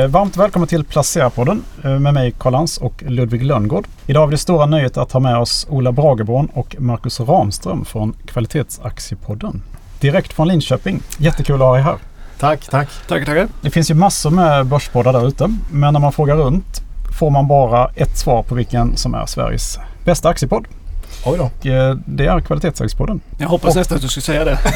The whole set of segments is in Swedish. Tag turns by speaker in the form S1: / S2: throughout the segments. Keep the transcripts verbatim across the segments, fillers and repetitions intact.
S1: Varmt välkommen till Placera-podden med mig Karl Lans och Ludvig Lönngård. Idag har vi det stora nöjet att ha med oss Ola Brageborn och Marcus Ramström från Kvalitetsaktiepodden. Direkt från Linköping. Jättekul att ha er här.
S2: Tack, tack.
S3: Tack, tackar.
S1: Det finns ju massor med börspoddar där ute, men när man frågar runt får man bara ett svar på vilken som är Sveriges bästa aktiepodd.
S2: Oj då.
S1: Och det är Kvalitetsaktiepodden.
S3: Jag hoppas och, nästan att du skulle säga det.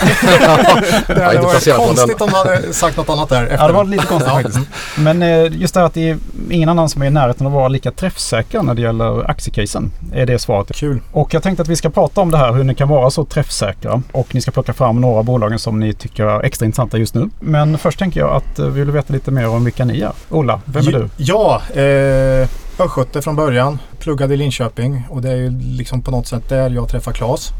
S2: Det hade varit konstigt om du hade sagt något annat där. Efter.
S1: Ja, det var lite konstigt faktiskt. Men just det att det är ingen annan som är i närheten att vara lika träffsäker när det gäller aktiecasen är det svaret.
S2: Kul.
S1: Och jag tänkte att vi ska prata om det här, hur ni kan vara så träffsäkra. Och ni ska plocka fram några bolagen som ni tycker är extra intressanta just nu. Men först tänker jag att vi vill veta lite mer om vilka ni är. Ola, vem är du?
S2: Ja, eh, östgöte från början. Pluggade i Linköping och det är ju liksom på något sätt där jag träffar Claes.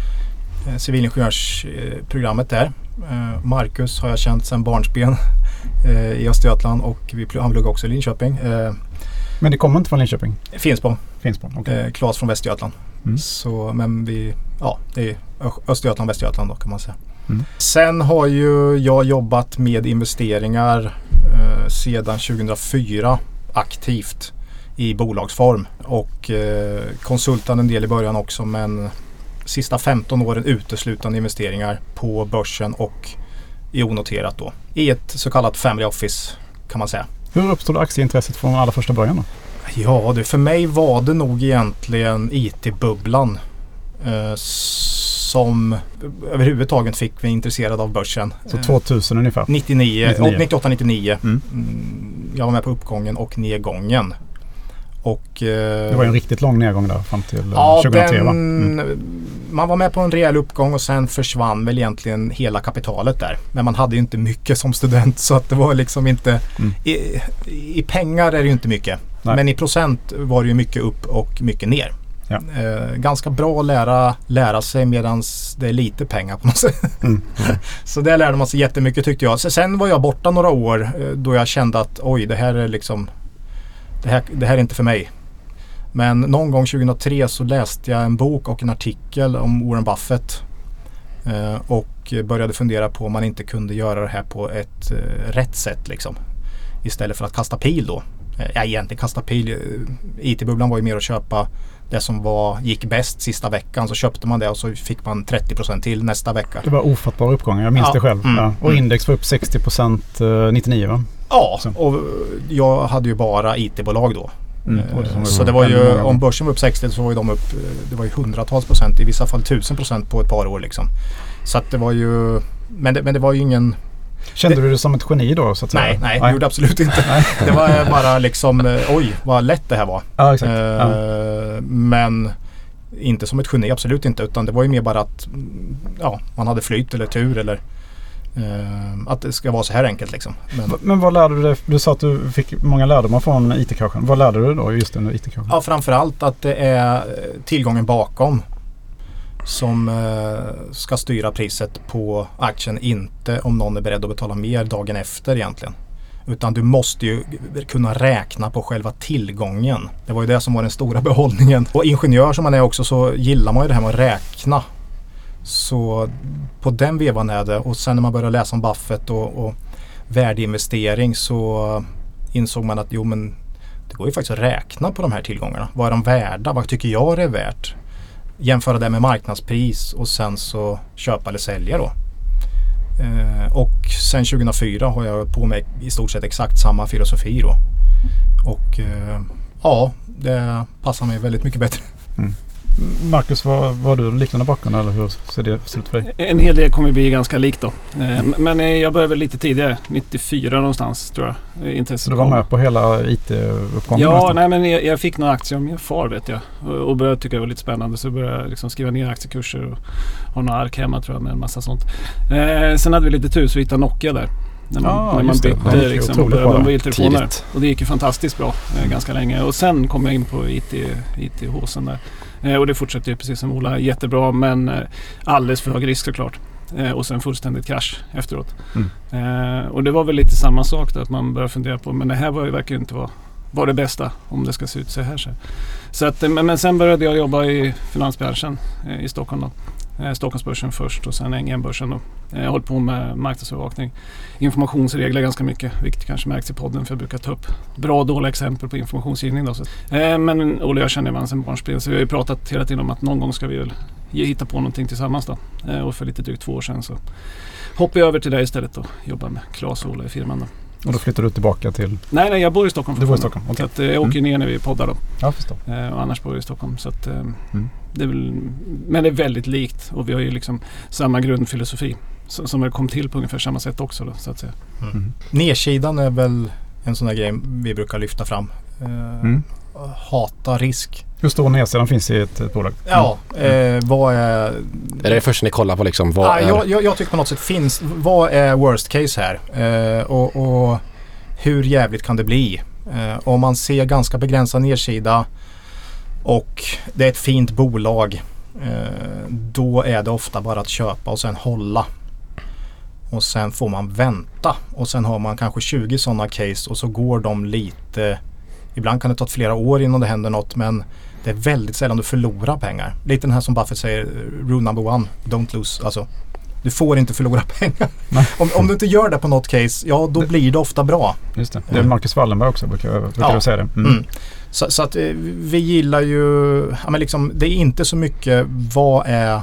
S2: Eh, civilingenjörsprogrammet där. Eh, Marcus har jag känt sedan barnsben eh, i Östergötland och vi pl- han pluggade också i Linköping. Eh,
S1: men det kommer inte från Linköping?
S2: Finspång.
S1: Finspång, okay.
S2: eh, Claes från Västergötland. Mm. Så, men vi, ja, det är Östergötland, Västergötland då kan man säga. Mm. Sen har ju jag jobbat med investeringar eh, sedan tjugohundrafyra aktivt i bolagsform och eh, konsultade en del i början också, men sista femton åren uteslutande investeringar på börsen och i onoterat då. I ett så kallat family office kan man säga.
S1: Hur uppstod aktieintresset från allra första början då?
S2: Ja, det, för mig var det nog egentligen I T-bubblan eh, som överhuvudtaget fick mig intresserad av börsen.
S1: Så tvåtusen ungefär?
S2: nittionio,
S1: nittionio.
S2: nittioåtta nittionio. Mm.
S1: Mm.
S2: Jag var med på uppgången och nedgången. Och, eh,
S1: det var en riktigt lång nedgång där fram till
S2: ja,
S1: tjugohundratre,
S2: den,
S1: va? Mm.
S2: Man var med på en rejäl uppgång och sen försvann väl egentligen hela kapitalet där. Men man hade ju inte mycket som student så att det var liksom inte... Mm. I, I pengar är det ju inte mycket. Nej. Men i procent var det ju mycket upp och mycket ner. Ja. Eh, ganska bra att lära, lära sig medan det är lite pengar på något sätt. Mm. Mm. Så det lärde man sig jättemycket tyckte jag. Så sen var jag borta några år eh, då jag kände att oj, det här är liksom... Det här, det här är inte för mig. Men någon gång tjugohundratre så läste jag en bok och en artikel om Warren Buffett. Eh, och började fundera på om man inte kunde göra det här på ett eh, rätt sätt liksom. Istället för att kasta pil då. Eh, ja, egentligen kasta pil. I T-bubblan var ju mer att köpa det som var, gick bäst sista veckan. Så köpte man det och så fick man trettio procent till nästa vecka.
S1: Det var ofattbar uppgång, jag minns ja. det själv. Mm. Ja. Och index var upp sextio procent eh, nittionio, va?
S2: Ja, så. Och jag hade ju bara I T-bolag då. Mm.
S1: Det
S2: så det var ju, om börsen var upp sextio så var ju de upp, det var ju hundratals procent, i vissa fall tusen procent på ett par år liksom. Så att det var ju, men det, men det var ju ingen...
S1: Kände
S2: det,
S1: du det som ett geni då? Så att
S2: nej,
S1: säga?
S2: nej, nej, det gjorde absolut inte. Det var bara liksom, oj vad lätt det här var.
S1: Ja, exakt.
S2: Uh, ja. Men inte som ett geni, absolut inte, utan det var ju mer bara att ja, man hade flyt eller tur eller Uh, att det ska vara så här enkelt liksom.
S1: Men, Men vad lärde du dig? Du sa att du fick många lärdomar från I T-kraschen. Vad lärde du då just under I T-kraschen?
S2: Ja, framförallt att det är tillgången bakom som uh, ska styra priset på aktien, inte om någon är beredd att betala mer dagen efter egentligen. Utan du måste ju kunna räkna på själva tillgången. Det var ju det som var den stora behållningen. Och ingenjör som man är också så gillar man ju det här med att räkna. Så på den vevan är det, och sen när man började läsa om Buffett och, och värdeinvestering så insåg man att jo men det går ju faktiskt att räkna på de här tillgångarna. Vad är de värda? Vad tycker jag det är värt? Jämföra det med marknadspris och sen så köpa eller sälja då. Eh, och sen tjugohundrafyra har jag på mig i stort sett exakt samma filosofi då. Och eh, ja, det passar mig väldigt mycket bättre. Mm.
S1: Marcus, var, var du liknande bakgrund eller hur ser det ut för dig?
S3: En hel del kommer bli ganska likt då. Men jag började lite tidigare, nittiofyra någonstans tror jag. Intresset
S1: så du var kom. med på hela I T-uppgången?
S3: Ja,
S1: nästan.
S3: nej, men jag, jag fick några aktier av min far vet jag. Och, och började tycka det var lite spännande så började jag liksom skriva ner aktiekurser och ha några ark hemma tror jag med en massa sånt. Eh, sen hade vi lite tur så vi hittade Nokia där. När man,
S1: ah,
S3: när man bytte
S1: det.
S3: liksom, och började mobiltelefoner. Och det gick ju fantastiskt bra eh, ganska länge. Och sen kom jag in på I T, I T-håsen där. Eh, och det fortsätter ju precis som Ola jättebra men eh, alldeles för hög risk såklart. Eh, och sen fullständigt krasch efteråt. Mm. Eh, och det var väl lite samma sak då, att man började fundera på men det här var ju verkligen inte vara var det bästa om det ska se ut så här. Så, så att, men, men sen började jag jobba i finansbranschen eh, i Stockholm då. Eh, Stockholmsbörsen först och sen N G M-börsen då. Jag har hållit på med marknadsövervakning. Informationsregler ganska mycket, vilket kanske märks i podden för jag brukar ta upp bra och dåliga exempel på informationsgivning. Då. Så, eh, men Olle och jag känner varandra sedan barnsben så vi har ju pratat hela tiden om att någon gång ska vi väl hitta på någonting tillsammans då. Eh, och för lite drygt två år sedan så hoppade jag över till dig istället och jobbar med Claes och Olle i firman då.
S1: Och då flyttar du tillbaka till?
S3: Nej, nej jag bor i Stockholm.
S1: Du bor i Stockholm,
S3: okej. Okay. Så att, jag åker
S1: mm.
S3: ner när vi poddar då.
S1: Ja, förstår.
S3: Eh, och annars bor jag i Stockholm. Så att, eh,
S1: mm.
S3: det är väl, men det är väldigt likt och vi har ju liksom samma grundfilosofi som, som har kommit till på ungefär samma sätt också då, så att säga.
S2: Mm. Mm. Nedsidan är väl en sån där grej vi brukar lyfta fram. Eh, mm. Hata risk.
S1: Hur stor nedsidan finns i ett, ett bolag?
S2: Ja, eh, vad är...
S4: Är det först ni kollar på liksom? Vad
S2: ja,
S4: är...
S2: jag, jag, jag tycker på något sätt finns... Vad är worst case här? Eh, och, och hur jävligt kan det bli? Eh, om man ser ganska begränsad nedsida och det är ett fint bolag, eh, då är det ofta bara att köpa och sen hålla. Och sen får man vänta. Och sen har man kanske tjugo sådana case och så går de lite... Ibland kan det ta flera år innan det händer något, men det är väldigt sällan du förlorar pengar. Lite den här som Buffett säger, rule number one, don't lose. Alltså, du får inte förlora pengar. om, om du inte gör det på något case, ja då blir det ofta bra.
S1: Just det. Det är Marcus Wallenberg också, brukar, brukar ja. jag säga det. Mm. Mm.
S2: Så, så att vi gillar ju, ja, men liksom, det är inte så mycket vad är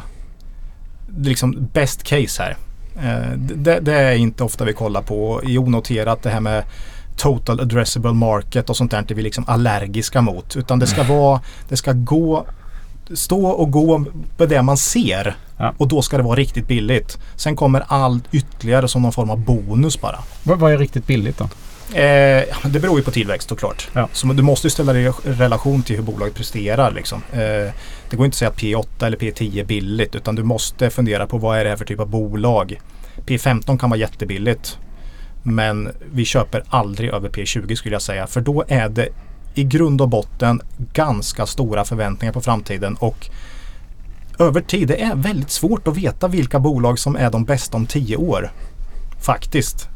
S2: liksom best case här. Eh, det, det är inte ofta vi kollar på. I onoterat det här med total addressable market och sånt där är vi liksom allergiska mot. Utan det ska vara, det ska gå, stå och gå på det man ser. Ja. Och då ska det vara riktigt billigt. Sen kommer allt ytterligare som någon form av bonus bara.
S1: Vad, vad är riktigt billigt då?
S2: Eh, det beror ju på tillväxt såklart. Ja. Så du måste ju ställa det i relation till hur bolaget presterar. Liksom. Eh, det går inte att säga att P åtta eller P tio är billigt, utan du måste fundera på vad är det här för typ av bolag. P femton kan vara jättebilligt. Men vi köper aldrig över P tjugo skulle jag säga. För då är det i grund och botten ganska stora förväntningar på framtiden. Och över tid, det är väldigt svårt att veta vilka bolag som är de bästa om tio år. Faktiskt.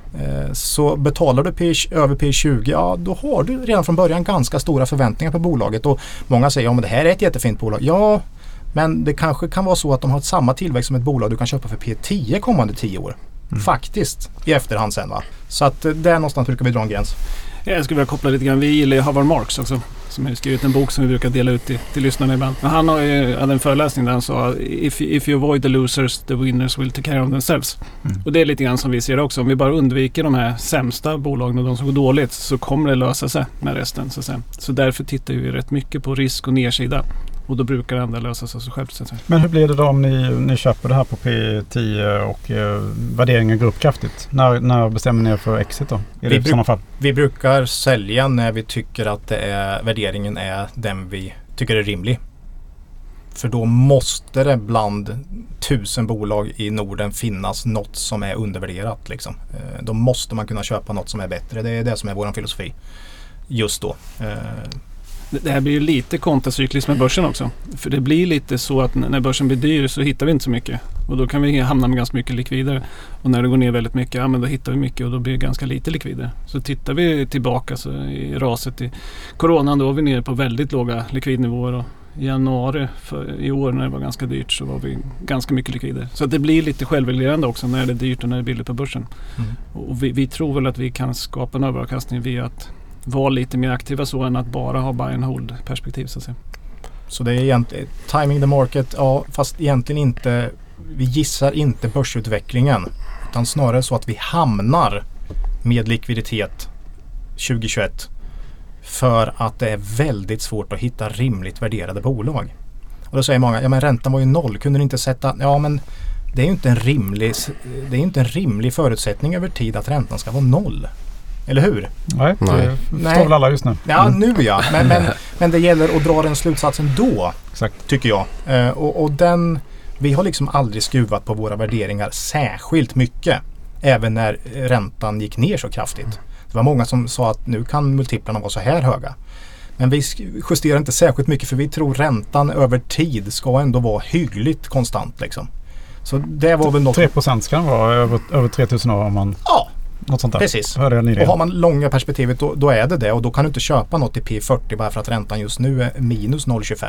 S2: Så betalar du P, över P tjugo, ja då har du redan från början ganska stora förväntningar på bolaget. Och många säger, ja men det här är ett jättefint bolag. Ja, men det kanske kan vara så att de har samma tillväxt som ett bolag du kan köpa för P tio kommande tio år. Mm. Faktiskt, i efterhand sen va. Så att där någonstans brukar vi dra en gräns.
S3: Jag skulle vilja koppla lite grann. Vi gillar ju Howard Marks också, som har skrivit en bok som vi brukar dela ut till, till lyssnarna ibland. Men han har ju hade en föreläsning där han sa if, if you avoid the losers, the winners will take care of themselves. Mm. Och det är lite grann som vi ser också. Om vi bara undviker de här sämsta bolagen och de som går dåligt, så kommer det lösa sig med resten. Så, sen. så därför tittar vi rätt mycket på risk och nedsida. Och då brukar det ändå lösa sig själv.
S1: Men hur blir det då om ni, ni köper det här på P tio och eh, värderingen går upp kraftigt? När, när bestämmer ni er för exit då? I
S2: vi,
S1: det, bruk,
S2: fall? vi brukar sälja när vi tycker att det är, värderingen är den vi tycker är rimlig. För då måste det bland tusen bolag i Norden finnas något som är undervärderat. Liksom. Eh, då måste man kunna köpa något som är bättre. Det är det som är vår filosofi just då. Eh,
S3: Det här blir ju lite kontracykliskt med börsen också. För det blir lite så att när börsen blir dyr så hittar vi inte så mycket. Och då kan vi hamna med ganska mycket likvider. Och när det går ner väldigt mycket, ja men då hittar vi mycket och då blir det ganska lite likvider. Så tittar vi tillbaka så i raset i coronan, då var vi nere på väldigt låga likvidnivåer. Och i januari för, i år när det var ganska dyrt så var vi ganska mycket likvider. Så det blir lite självreglerande också när det är dyrt och när det är billigt på börsen. Mm. Och vi, vi tror väl att vi kan skapa en överavkastning via att vara lite mer aktiva så än att bara ha buy and hold perspektiv så att säga.
S2: Så det är egentligen timing the market, ja fast egentligen inte, vi gissar inte börsutvecklingen utan snarare så att vi hamnar med likviditet tjugohundratjugoett för att det är väldigt svårt att hitta rimligt värderade bolag. Och då säger många, ja men räntan var ju noll, kunde ni inte sätta, ja men det är ju inte en rimlig, det är inte en rimlig förutsättning över tid att räntan ska vara noll. Eller hur?
S1: Nej, det förstår väl alla just nu.
S2: Ja, mm. nu ja. Men, men, men det gäller att dra den slutsatsen då,
S1: exakt.
S2: Tycker jag. Eh, och, och den, vi har liksom aldrig skruvat på våra värderingar särskilt mycket. Även när räntan gick ner så kraftigt. Det var många som sa att nu kan multiplarna vara så här höga. Men vi justerar inte särskilt mycket för vi tror räntan över tid ska ändå vara hyggligt konstant. Liksom. Så det var väl något...
S1: tre procent ska den vara över, över tre tusen år om man...
S2: Ja.
S1: Något sånt där.
S2: Precis. Och har man långa perspektivet då, då är det det och då kan du inte köpa något i P fyrtio bara för att räntan just nu är minus noll komma tjugofem.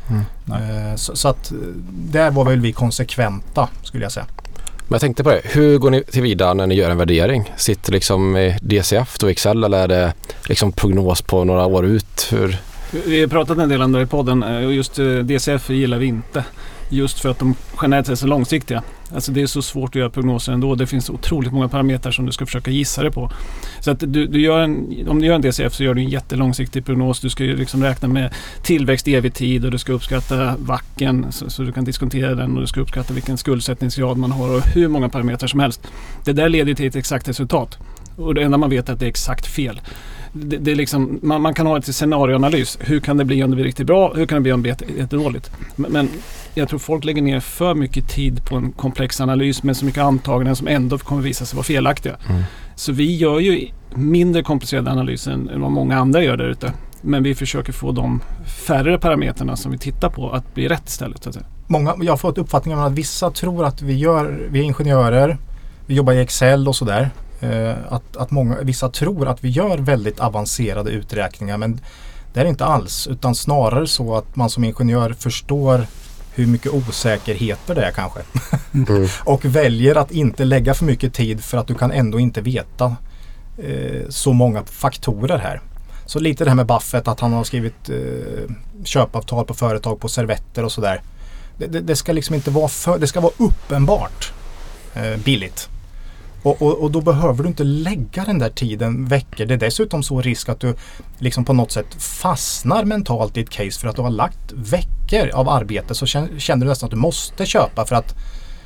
S2: Mm. Eh, så, så att där var väl vi konsekventa, skulle jag säga.
S4: Men jag tänkte på det, hur går ni tillvida när ni gör en värdering? Sitter liksom i D C F och Excel eller är det liksom prognos på några år ut? Hur?
S3: Vi har pratat en del om det i podden och just D C F gillar vi inte. Just för att de generellt är så långsiktiga. Alltså det är så svårt att göra prognoser ändå. Det finns otroligt många parametrar som du ska försöka gissa det på. Så att du, du gör en, om du gör en D C F så gör du en jättelångsiktig prognos. Du ska ju liksom räkna med tillväxt i evig tid och du ska uppskatta vacken så, så du kan diskontera den och du ska uppskatta vilken skuldsättningsgrad man har och hur många parametrar som helst. Det där leder till ett exakt resultat. Och det enda man vet är att det är exakt fel. Det, det är liksom, man, man kan ha ett scenarioanalys. Hur kan det bli om det blir riktigt bra? Hur kan det bli om det blir jättedåligt? Men, men jag tror folk lägger ner för mycket tid på en komplex analys med så mycket antaganden som ändå kommer visa sig vara felaktiga. Mm. Så vi gör ju mindre komplicerade analyser än, än vad många andra gör där ute. Men vi försöker få de färre parametrarna som vi tittar på att bli rätt istället. Så att säga.
S2: Många, jag har fått uppfattningen att vissa tror att vi, gör, vi är ingenjörer, vi jobbar i Excel och sådär. Uh, att, att många, vissa tror att vi gör väldigt avancerade uträkningar, men det är inte alls, utan snarare så att man som ingenjör förstår hur mycket osäkerheter det är kanske. Mm. Och väljer att inte lägga för mycket tid för att du kan ändå inte veta uh, så många faktorer här. Så lite det här med Buffett, att han har skrivit uh, köpavtal på företag på servetter och sådär. Det, det, det ska liksom inte vara för, det ska vara uppenbart uh, billigt. Och, och, och då behöver du inte lägga den där tiden veckor. Det är dessutom så risk att du liksom på något sätt fastnar mentalt i ett case för att du har lagt veckor av arbete, så känner du nästan att du måste köpa för att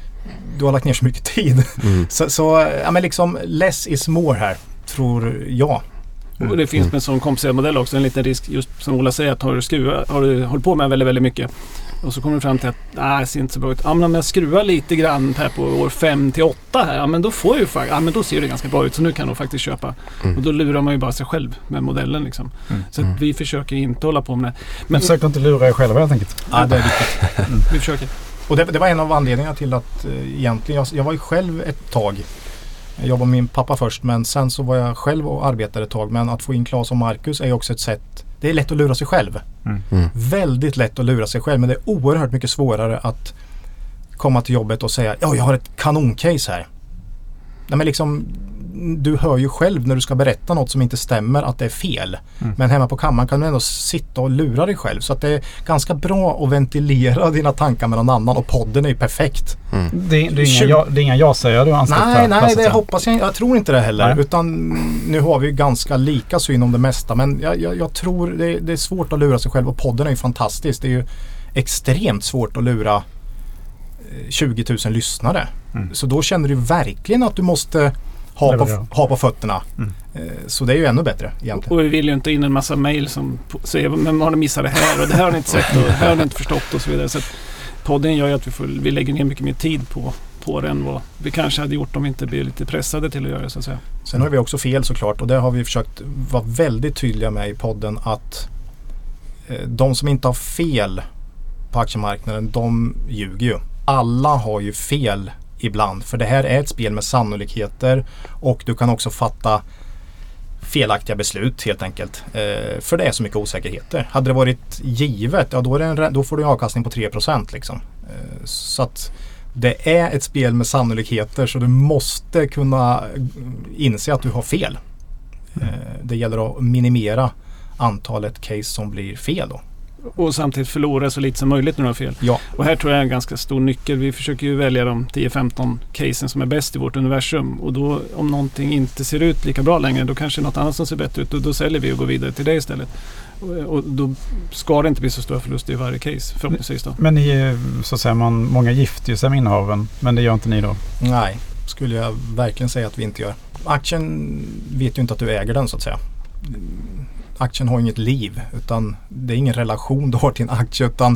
S2: du har lagt ner så mycket tid. Mm. Så, så ja, men liksom less is more här, tror jag.
S3: Mm. Och det finns med en sån komplicerad modell också en liten risk, just som Ola säger, att har du, skruva, har du hållit på med väldigt, väldigt mycket och så kommer du fram till att nej, det ser inte så bra ut. Ja, men om jag skruvar lite grann här på år fem till åtta här, ja, men då får jag ju faktiskt, ja, men då ser det ganska bra ut, så nu kan jag faktiskt köpa. Mm. Och då lurar man ju bara sig själv med modellen liksom. Mm. Så att vi försöker inte hålla på med det.
S1: Men försöker inte lura er själva helt enkelt.
S2: Ja, det är viktigt.
S3: Mm. Vi försöker.
S2: Och det, det var en av anledningarna till att uh, egentligen, jag, jag var ju själv ett tag. Jag jobbade med min pappa först, men sen så var jag själv och arbetade ett tag. Men att få in Claes och Marcus är också ett sätt. Det är lätt att lura sig själv. Mm. Mm. Väldigt lätt att lura sig själv, men det är oerhört mycket svårare att komma till jobbet och säga ja, jag har ett kanoncase här. Nej, men liksom, du hör ju själv när du ska berätta något som inte stämmer att det är fel. Mm. Men hemma på kammaren kan du ändå sitta och lura dig själv. Så att det är ganska bra att ventilera dina tankar med någon annan, och podden är ju perfekt.
S1: Mm. Det, det, är inga jag, det är inga jag säger du anställt.
S2: Nej, nej, det hoppas jag. Jag tror inte det heller. Nej. Utan nu har vi ju ganska lika syn om det mesta. Men jag, jag, jag tror det, det är svårt att lura sig själv, och podden är ju fantastisk. Det är ju extremt svårt att lura tjugo tusen lyssnare. Mm. Så då känner du verkligen att du måste ha, på, ha på fötterna. Mm. Så det är ju ännu bättre egentligen.
S3: Och vi vill ju inte in en massa mejl som säger men har ni missat det här och det här har ni inte sett och det här har ni inte förstått och så vidare. Så att podden gör ju att vi, får, vi lägger ner mycket mer tid på, på den vad vi kanske hade gjort om vi inte blev lite pressade till att göra det, så att säga.
S2: Sen har vi också fel såklart, och det har vi försökt vara väldigt tydliga med i podden, att eh, de som inte har fel på aktiemarknaden, de ljuger ju. Alla har ju fel ibland, för det här är ett spel med sannolikheter, och du kan också fatta felaktiga beslut helt enkelt. Eh, för det är så mycket osäkerheter. Hade det varit givet, ja då, är det en, då får du en avkastning på tre procent liksom. Eh, så att det är ett spel med sannolikheter, så du måste kunna inse att du har fel. Eh, det gäller att minimera antalet case som blir fel då.
S3: Och samtidigt förlora så lite som möjligt när du har fel.
S2: Ja.
S3: Och här tror jag är en ganska stor nyckel. Vi försöker ju välja de tio femton casen som är bäst i vårt universum. Och då om någonting inte ser ut lika bra längre, då kanske något annat som ser bättre ut. Och då säljer vi och går vidare till det istället. Och, och då ska det inte bli så stora förluster i varje case, förhoppningsvis då.
S1: Men ni, så säger man, många gifter sig med innehaven, men det gör inte ni då?
S2: Nej, skulle jag verkligen säga att vi inte gör. Aktien vet ju inte att du äger den, så att säga. Aktien har inget liv, utan det är ingen relation du har till en aktie, utan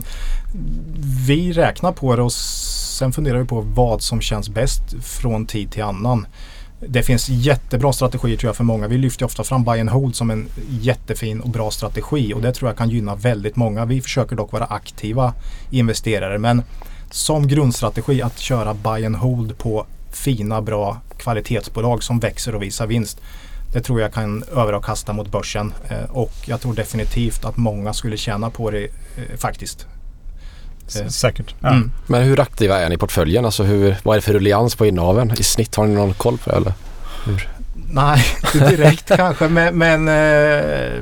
S2: vi räknar på det och sen funderar vi på vad som känns bäst från tid till annan. Det finns jättebra strategier tror jag för många. Vi lyfter ofta fram buy and hold som en jättefin och bra strategi, och det tror jag kan gynna väldigt många. Vi försöker dock vara aktiva investerare, men som grundstrategi att köra buy and hold på fina, bra kvalitetsbolag som växer och visar vinst, det tror jag kan överavkasta mot börsen, eh, och jag tror definitivt att många skulle tjäna på det eh, faktiskt.
S1: S- säkert. Ja.
S2: Mm.
S4: Men hur aktiva är ni i portföljen? Alltså hur, vad är det för ruljans på innehaven? I snitt har ni någon koll på det eller? Hur?
S2: Nej, inte direkt kanske, men, men eh,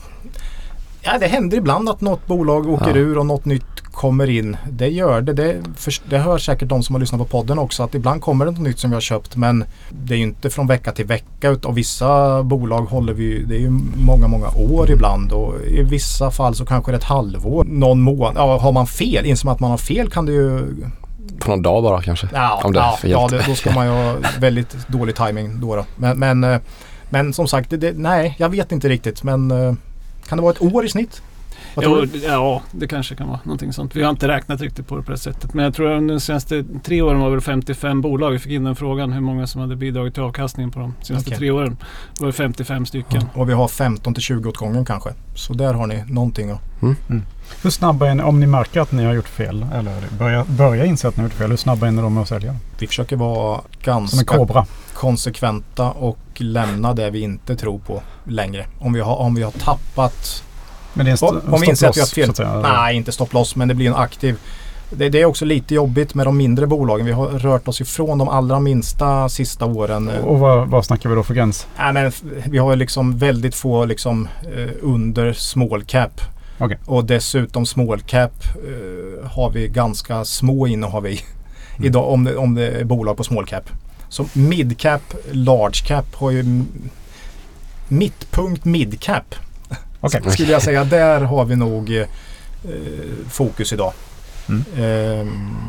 S2: ja, det händer ibland att något bolag åker ja. ur och något nytt kommer in. Det gör det. Det, för, det hör säkert de som har lyssnat på podden också, att ibland kommer det något nytt som vi har köpt, men det är ju inte från vecka till vecka. Och vissa bolag håller vi, det är ju många, många år ibland, och i vissa fall så kanske det är ett halvår, någon månad. Ja, har man fel, inser man att man har fel, kan det ju
S4: på någon dag bara kanske.
S2: Ja,
S4: om det
S2: ja, ja det, då ska man ju ha väldigt dålig timing då. då. Men, men, men som sagt, det, det, nej, jag vet inte riktigt. Men kan det vara ett år i snitt?
S3: Jo, ja, det kanske kan vara någonting sånt. Vi har inte räknat riktigt på det på det sättet. Men jag tror att de senaste tre åren var väl femtiofem bolag. Vi fick in den frågan hur många som hade bidragit till avkastningen på de senaste okay. tre åren. Det var femtiofem stycken.
S2: Ja, och vi har femton till tjugo åt gången kanske. Så där har ni någonting.
S1: Mm. Mm. Hur snabba är ni, om ni märker att ni har gjort fel eller börjar börja inse att ni har gjort fel, hur snabba är ni då med att sälja?
S2: Vi försöker vara ganska
S1: som en kobra.
S2: konsekventa och lämna det vi inte tror på längre. Om vi har, om vi har tappat...
S1: Men det är en st-
S2: om vi inser att vi har fel.
S1: Säga,
S2: nej, inte stopploss, men det blir en aktiv. Det, det är också lite jobbigt med de mindre bolagen. Vi har rört oss ifrån de allra minsta sista åren.
S1: Och vad, vad snackar vi då för gräns?
S2: Nej, men vi har liksom väldigt få liksom, eh, under small cap.
S1: Okay.
S2: Och dessutom small cap eh, har vi ganska små innehav i. Mm. Idag om det, om det är bolag på small cap. Så mid cap, large cap har ju m- mittpunkt mid cap.
S1: Okay.
S2: Skulle jag säga, där har vi nog eh, fokus idag. Mm. Eh,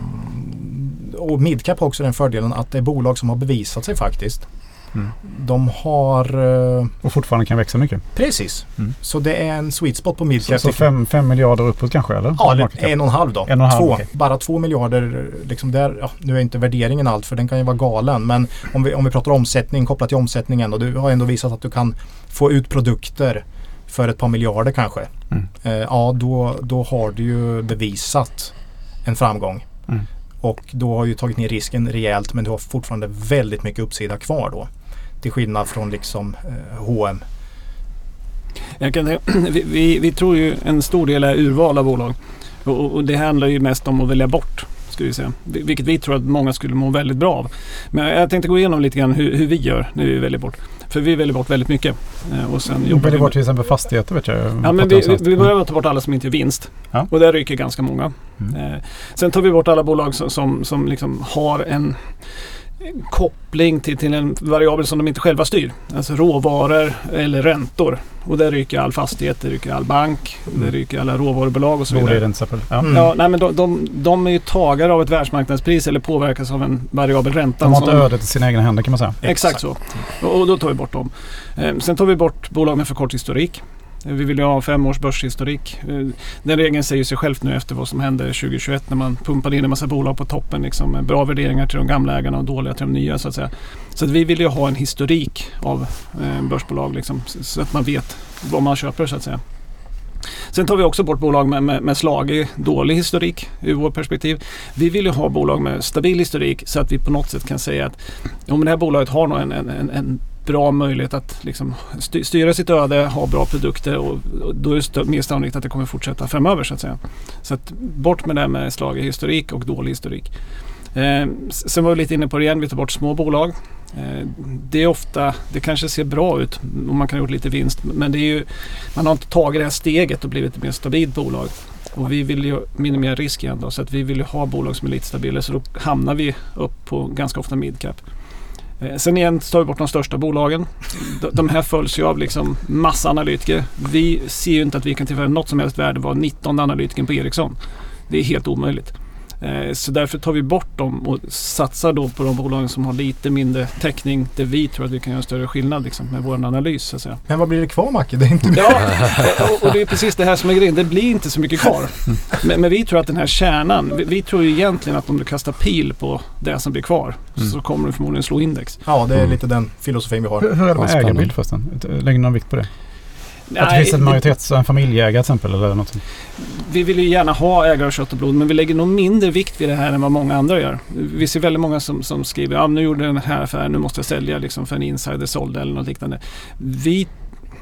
S2: och midcap har också den fördelen att det är bolag som har bevisat sig faktiskt. Mm. De har... Eh,
S1: och fortfarande kan växa mycket.
S2: Precis. Mm. Så det är en sweet spot på midcap.
S1: Så, så fem, fem miljarder uppåt kanske? Eller?
S2: Ja, det en och en halv då.
S1: En och en halv,
S2: två.
S1: Okay.
S2: Bara två miljarder. Liksom där, ja, nu är inte värderingen allt, för den kan ju vara galen. Men om vi, om vi pratar omsättning, kopplat till omsättningen. Och du har ändå visat att du kan få ut produkter för ett par miljarder kanske. Mm. Eh, ja, då, då har du ju bevisat en framgång. Mm. Och då har ju tagit ner risken rejält, men du har fortfarande väldigt mycket uppsida kvar då. Till skillnad från liksom eh, H och M.
S3: Jag kan, vi, vi, vi tror ju en stor del är urval av bolag. Och, och det handlar ju mest om att välja bort, skulle vi säga. Vilket vi tror att många skulle må väldigt bra av. Men jag tänkte gå igenom lite grann hur, hur vi gör när vi väljer bort. För vi väljer bort väldigt mycket. Och sen
S1: vi väljer bort till exempel fastigheter, vet jag.
S3: Ja, men vi, vi, vi börjar ta bort alla som inte gör vinst. Ja. Och där ryker ganska många. Mm. Eh, sen tar vi bort alla bolag som, som, som liksom har en koppling till, till en variabel som de inte själva styr. Alltså råvaror eller räntor. Och där ryker all fastighet, det ryker all bank, mm. det ryker alla råvarubolag och så vidare.
S1: Boliden, ja.
S3: Mm. Ja, nej, men de, de, de är ju tagare av ett världsmarknadspris eller påverkas av en variabel ränta.
S1: De har inte ödet i sina egna händer, kan man säga.
S3: Exakt, Exakt så. Och, och då tar vi bort dem. Eh, sen tar vi bort bolag med för kort historik. Vi vill ju ha fem års börshistorik. Den regeln säger sig självt nu efter vad som hände tjugohundratjugoett när man pumpade in en massa bolag på toppen. Liksom, med bra värderingar till de gamla ägarna och dåliga till de nya. Så att säga. Så att vi vill ju ha en historik av eh, börsbolag liksom, så att man vet vad man köper så att säga. Sen tar vi också bort bolag med, med, med slagig, dålig historik ur vår perspektiv. Vi vill ju ha bolag med stabil historik så att vi på något sätt kan säga att om det här bolaget har nog en, en, en, en bra möjlighet att liksom styra sitt öde, ha bra produkter och, och då är det mer sannolikt att det kommer fortsätta framöver så att säga. Så att bort med det med slagig historik och dålig historik. Eh, sen var vi lite inne på det igen, vi tar bort små bolag. Eh, det är ofta, det kanske ser bra ut och man kan ha gjort lite vinst, men det är ju, man har inte tagit det här steget och blivit ett mer stabilt bolag. Och vi vill ju minimera risk igen då, så att vi vill ju ha bolag som är lite stabila, så då hamnar vi upp på ganska ofta midcap. Sen igen tar vi bort de största bolagen. De här följs ju av liksom massa analytiker. Vi ser ju inte att vi kan tillföra något som helst värde vara nittonde analytiken på Ericsson. Det är helt omöjligt. Så därför tar vi bort dem och satsar då på de bolagen som har lite mindre täckning där vi tror att vi kan göra en större skillnad liksom, med vår analys. Så att säga.
S2: Men vad blir det kvar, Macke? Det är inte
S3: ja, och, och det är precis det här som är grejen. Det blir inte så mycket kvar. Men, men vi tror att den här kärnan, vi, vi tror ju egentligen att om du kastar pil på det som blir kvar mm. så kommer du förmodligen slå index.
S2: Ja, det är lite den filosofin vi har.
S1: Hur, hur är det med ägarbild förresten? Lägger någon vikt på det?
S3: Nej,
S1: att det finns en majoritets- en familjeägare till exempel eller något.
S3: Vi vill ju gärna ha ägare av kött och blod, men vi lägger nog mindre vikt vid det här än vad många andra gör. Vi ser väldigt många som, som skriver ja, nu gjorde den här affären, nu måste jag sälja liksom för en insider såld eller något liknande. Vi,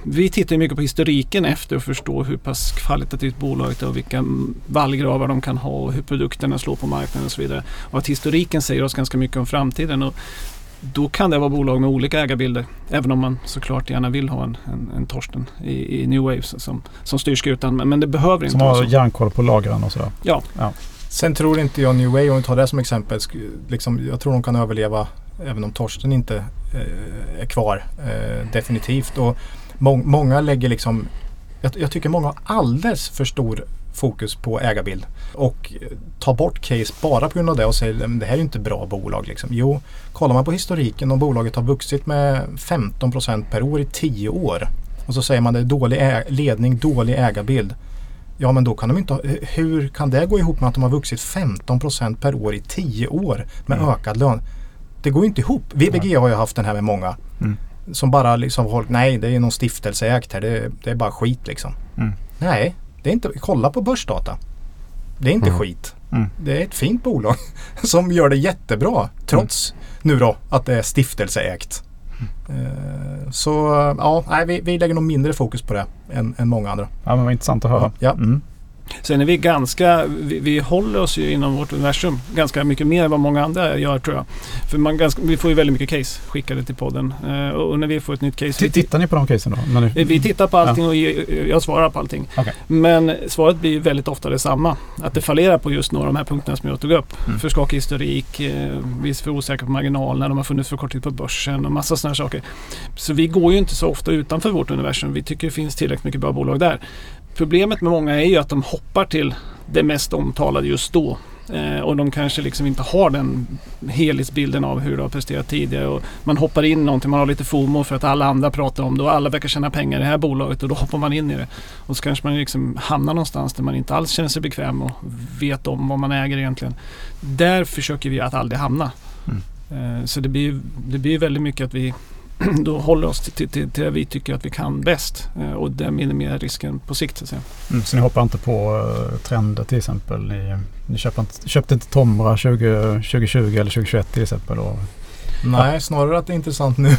S3: vi tittar mycket på historiken efter att förstå hur pass kvalitativt bolaget är och vilka vallgravar de kan ha och hur produkterna slår på marknaden och så vidare. Och att historiken säger oss ganska mycket om framtiden, och då kan det vara bolag med olika ägarbilder, även om man såklart gärna vill ha en, en, en Torsten i, i New Waves som, som styr skutan, men, men det behöver inte
S1: som
S3: vara så.
S1: Som har järnkoll på lagren och sådär.
S3: Ja.
S1: ja.
S2: Sen tror inte jag New Wave, om vi tar det som exempel, liksom, jag tror de kan överleva även om Torsten inte eh, är kvar. Eh, definitivt. Och må- många lägger liksom, jag, jag tycker många har alldeles för stor fokus på ägarbild och tar bort case bara på grund av det och säger att det här är inte bra bolag. Liksom. Jo, kollar man på historiken och bolaget har vuxit med femton procent per år i tio år och så säger man det är dålig ä- ledning, dålig ägarbild. Ja, men då kan de inte ha, hur kan det gå ihop med att de har vuxit femton procent per år i tio år med mm. ökad lön? Det går ju inte ihop. V B G har ju haft den här med många mm. som bara liksom folk, nej det är någon stiftelseägt här, det, det är bara skit liksom. Mm. Nej, det är inte, kolla på börsdata. Det är inte mm. skit. Mm. Det är ett fint bolag som gör det jättebra trots mm. nu då att det är stiftelseägt. Mm. Uh, så ja, nej, vi, vi lägger nog mindre fokus på det än, än många andra.
S1: Ja, men vad intressant att höra.
S2: Ja. Mm.
S3: Sen är vi ganska, vi, vi håller oss ju inom vårt universum ganska mycket mer än vad många andra gör, tror jag. För man ganska, vi får ju väldigt mycket case skickade till podden. Uh, och när vi får ett nytt case...
S1: T- tittar ni på de casen då? Ni...
S3: Vi tittar på allting ja. och jag, jag svarar på allting.
S1: Okay.
S3: Men svaret blir ju väldigt ofta detsamma. Att det fallerar på just några av de här punkterna som jag tog upp. Mm. För skakig historik, uh, vi är för osäkra på marginal när de har funnits för kort tid på börsen och massa sådana saker. Så vi går ju inte så ofta utanför vårt universum. Vi tycker det finns tillräckligt mycket bra bolag där. Problemet med många är ju att de hoppar till det mest omtalade just då. Eh, och de kanske liksom inte har den helhetsbilden av hur det har presterat tidigare. Och man hoppar in någonting, man har lite FOMO för att alla andra pratar om det och alla verkar tjäna pengar i det här bolaget och då hoppar man in i det. Och så kanske man liksom hamnar någonstans där man inte alls känner sig bekväm och vet om vad man äger egentligen. Där försöker vi att aldrig hamna. Mm. Eh, så det blir, det blir väldigt mycket att vi då håller oss till, till, till, till det vi tycker att vi kan bäst eh, och det minimerar risken på sikt. Så, att säga.
S1: Mm, så ni hoppar inte på uh, trender till exempel? Ni, ni köpte, inte, köpte inte Tomra tjugo tjugo eller tjugo tjugoett till exempel? Och,
S2: nej, ja. Snarare att det är intressant nu.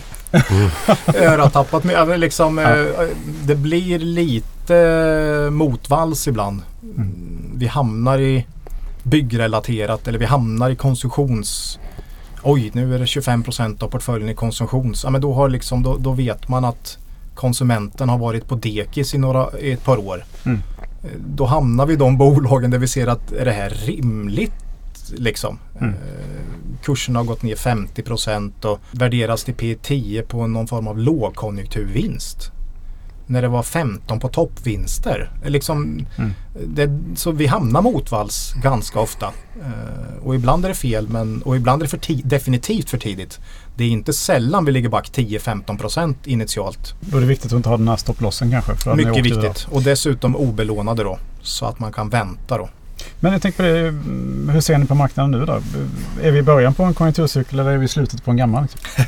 S2: Jag har tappat mig. Liksom, ja. eh, det blir lite motvalls ibland. Mm. Vi hamnar i byggrelaterat eller vi hamnar i konsumtions... Oj, nu är det tjugofem procent av portföljen i konsumtions. Ja, men då, har liksom, då, då vet man att konsumenten har varit på dekis i, några, i ett par år. Mm. Då hamnar vi i de bolagen där vi ser att är det här rimligt? Liksom. Mm. Eh, kursen har gått ner femtio procent och värderas till P tio på någon form av lågkonjunkturvinst. När det var femton på toppvinster. Liksom, mm. det, så vi hamnar motvalls ganska ofta. Uh, och ibland är det fel, men, och ibland är det för ti- definitivt för tidigt. Det är inte sällan vi ligger back tio till femton procent initialt.
S1: Då är det viktigt att inte ha den här stopplossen kanske. För
S2: mycket viktigt. Och dessutom obelånade då. Så att man kan vänta då.
S1: Men jag tänker på det, hur ser ni på marknaden nu då? Är vi i början på en konjunkturcykel eller är vi i slutet på en gammal?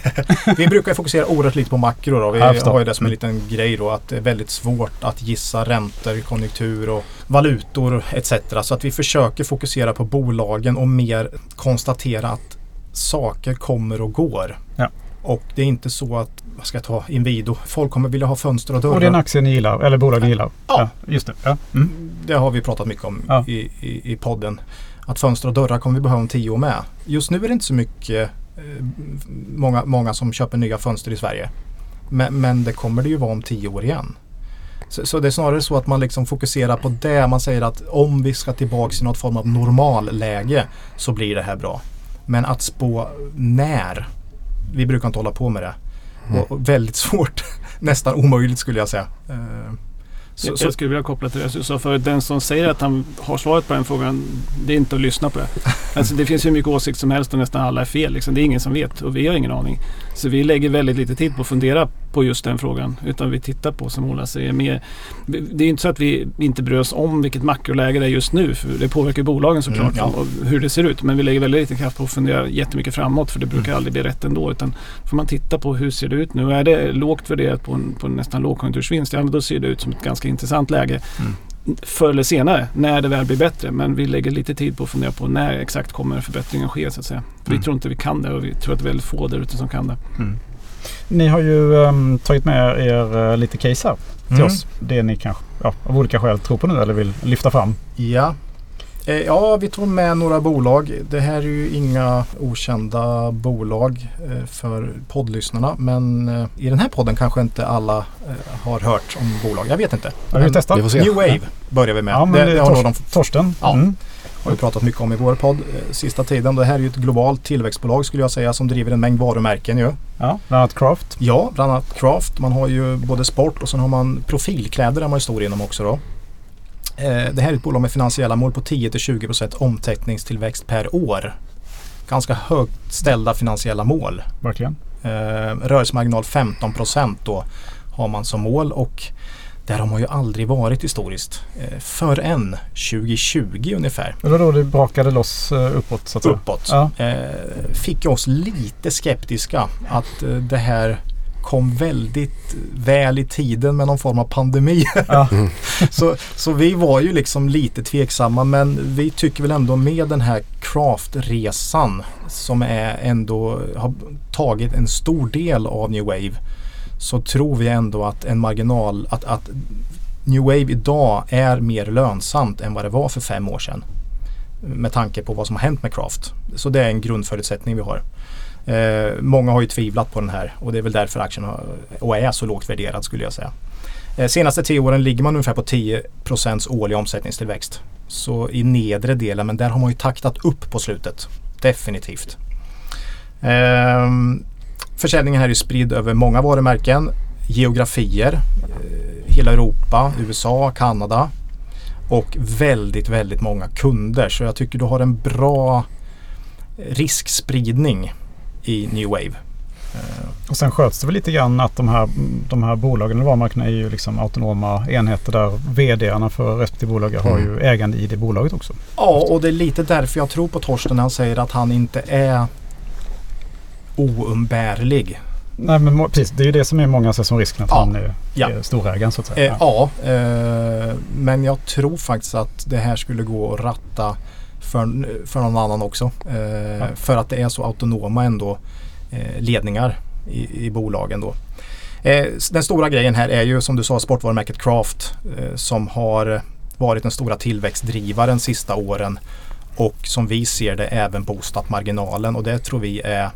S2: Vi brukar fokusera oerhört lite på makro då. Vi har ju det som en liten grej då att det är väldigt svårt att gissa räntor, konjunktur och valutor et cetera. Så att vi försöker fokusera på bolagen och mer konstatera att saker kommer och går. Ja. Och det är inte så att, vad ska jag ta, Inwido, folk kommer vilja ha fönster och dörrar.
S1: Och det är en aktie ni gillar, eller bolag ni gillar.
S2: Ja,
S1: ja just det. Ja. Mm.
S2: Det har vi pratat mycket om ja. i, i, i podden. Att fönster och dörrar kommer vi behöva om tio år med. Just nu är det inte så mycket, eh, många, många som köper nya fönster i Sverige. Men, men det kommer det ju vara om tio år igen. Så, så det är snarare så att man liksom fokuserar på det. Man säger att om vi ska tillbaka i något form av normalläge så blir det här bra. Men att spå när, vi brukar inte hålla på med det. Mm. Och väldigt svårt, nästan omöjligt skulle jag säga. Uh,
S3: så, jag, jag skulle vilja koppla till det du sa för den som säger att han har svaret på den frågan, det är inte att lyssna på det. Alltså, det finns ju mycket åsikt som helst och nästan alla är fel. Liksom. Det är ingen som vet och vi har ingen aning. Så vi lägger väldigt lite tid på att fundera på just den frågan utan vi tittar på, som Ola säger, mer. Det är inte så att vi inte bryr oss om vilket makroläge det är just nu, för det påverkar bolagen såklart mm, ja. och hur det ser ut, men vi lägger väldigt lite kraft på att fundera jättemycket framåt, för det brukar mm. aldrig bli rätt ändå, utan får man titta på hur ser det ut nu, är det lågt värderat på en, på en nästan lågkonjunktursvinst, ja, då ser det ut som ett ganska intressant läge mm. förr eller senare, när det väl blir bättre, men vi lägger lite tid på att fundera på när exakt kommer förbättringen ske, så att säga. Mm. Vi tror inte vi kan det och vi tror att det är väldigt få där ute som kan det.
S1: Mm. Ni har ju um, tagit med er uh, lite case här till
S2: Mm.
S1: oss. Det ni kanske ja, av olika skäl tror på nu eller vill lyfta fram.
S2: Ja. Eh, ja, vi tog med några bolag. Det här är ju inga okända bolag eh, för poddlyssnarna. Men eh, i den här podden kanske inte alla eh, har hört om bolag. Jag vet inte.
S1: Har vi testat?
S4: Vi får se.
S2: New Wave börjar vi med.
S1: Ja, men det, det
S2: har
S1: Tors-
S2: nog de
S1: Torsten.
S2: Ja.
S1: Mm.
S2: har vi pratat mycket om i vår podd eh, sista tiden. Det här är ju ett globalt tillväxtbolag skulle jag säga som driver en mängd varumärken ju.
S1: Ja, bland annat Craft.
S2: Ja, bland annat Craft. Man har ju både sport och sen har man profilkläder där man är stor inom också då. Eh, det här är ett bolag med finansiella mål på tio till tjugo procent omtäckningstillväxt per år. Ganska högt ställda finansiella mål.
S1: Verkligen.
S2: Eh, rörelsemarginal femton procent då har man som mål och där har man ju aldrig varit historiskt. Eh, förrän tjugo tjugo ungefär.
S1: Det var då det brakade loss uh, uppåt så att säga.
S2: Uppåt.
S1: Ja.
S2: Eh, fick oss lite skeptiska att eh, det här kom väldigt väl i tiden med någon form av pandemi.
S1: Ja.
S2: så, så vi var ju liksom lite tveksamma men vi tycker väl ändå med den här Craft-resan som är ändå har tagit en stor del av New Wave så tror vi ändå att en marginal att, att New Wave idag är mer lönsamt än vad det var för fem år sedan med tanke på vad som har hänt med Craft. Så det är en grundförutsättning vi har. Eh, många har ju tvivlat på den här och det är väl därför aktien har, och är så lågt värderad skulle jag säga. Eh, senaste tio åren ligger man ungefär på tio procent årlig omsättningstillväxt. Så i nedre delen, men där har man ju taktat upp på slutet. Definitivt. Eh, försäljningen här är spridd över många varumärken, geografier, eh, hela Europa, U S A, Kanada och väldigt, väldigt många kunder. Så jag tycker du har en bra riskspridning i New Wave.
S1: Och sen sköts det väl lite grann att de här, de här bolagen eller varumärkena är ju liksom autonoma enheter där vdarna för respektive bolag har ju ägande i det bolaget också.
S2: Ja, och det är lite därför jag tror på Torsten när han säger att han inte är oumbärlig.
S1: Nej men precis, det är ju det som är många ser som risken att
S2: Ja.
S1: han är,
S2: Ja.
S1: är storägaren så att säga.
S2: Eh, ja, eh, men jag tror faktiskt att det här skulle gå att ratta för, för någon annan också. Eh,
S1: Ja.
S2: För att det är så autonoma ändå eh, ledningar i, i bolagen då. Eh, den stora grejen här är ju som du sa sportvarumärket Craft eh, som har varit den stora tillväxtdrivaren sista åren och som vi ser det även boostat marginalen och det tror vi är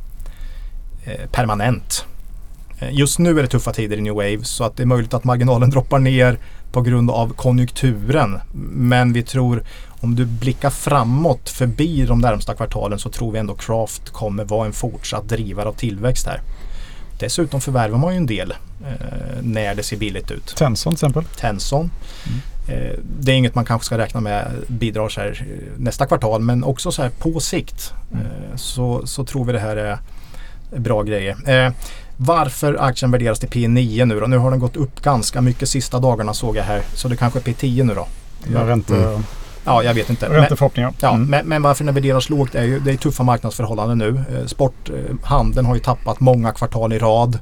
S2: eh, permanent. Eh, just nu är det tuffa tider i New Wave så att det är möjligt att marginalen droppar ner på grund av konjunkturen. Men vi tror om du blickar framåt förbi de närmsta kvartalen så tror vi ändå Craft kommer vara en fortsatt drivare av tillväxt här. Dessutom förvärvar man ju en del eh, när det ser billigt ut.
S1: Tenson till exempel.
S2: Tenson. Mm. Eh, det är inget man kanske ska räkna med bidrar så här eh, nästa kvartal men också så här på sikt eh, så, så tror vi det här är bra grejer. Eh, varför aktien värderas till P nio nu då? Nu har den gått upp ganska mycket sista dagarna såg jag här så det kanske är P tio nu då.
S1: Ja, ränte, mm.
S2: Ja, jag vet inte.
S1: Ränteförhoppningar.
S2: Ja,
S1: mm.
S2: men, men varför den värderas lågt är ju det är tuffa marknadsförhållanden nu. Eh, sporthandeln har ju tappat många kvartal i rad.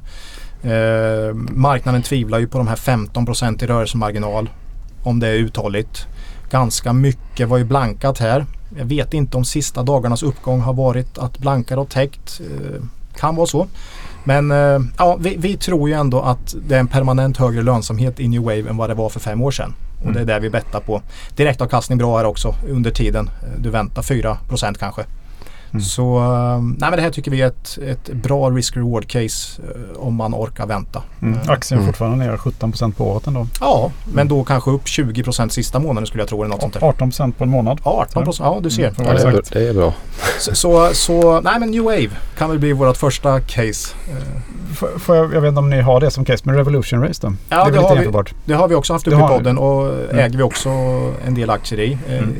S2: Eh, marknaden tvivlar ju på de här femton procent i rörelsemarginal om det är uthålligt. Ganska mycket var ju blankat här. Jag vet inte om sista dagarnas uppgång har varit att blankare har täckt. Eh, kan vara så. Men eh, ja, vi, vi tror ju ändå att det är en permanent högre lönsamhet i New Wave än vad det var för fem år sedan. Och mm. det är där vi bettar på. Direktavkastning bra här också under tiden. Du väntar fyra procent kanske. Mm. Så nej, men det här tycker vi är ett, ett bra risk-reward case om man orkar vänta.
S1: Mm. Aktien är fortfarande ner sjutton procent på året ändå.
S2: Ja, men då kanske upp tjugo procent sista månaden skulle jag tro. Eller något sånt där.
S1: arton procent på en månad.
S2: arton procent, ja du ser.
S1: Mm,
S4: ja, det, är, det är bra.
S2: Så, så, så nej men New Wave kan väl bli vårt första case.
S1: För, för jag, jag vet inte om ni har det som case, men Revolution Race då?
S2: Ja, det,
S1: det,
S2: det, har vi, det har vi också haft uppe i podden och mm. äger vi också en del aktier i. Mm.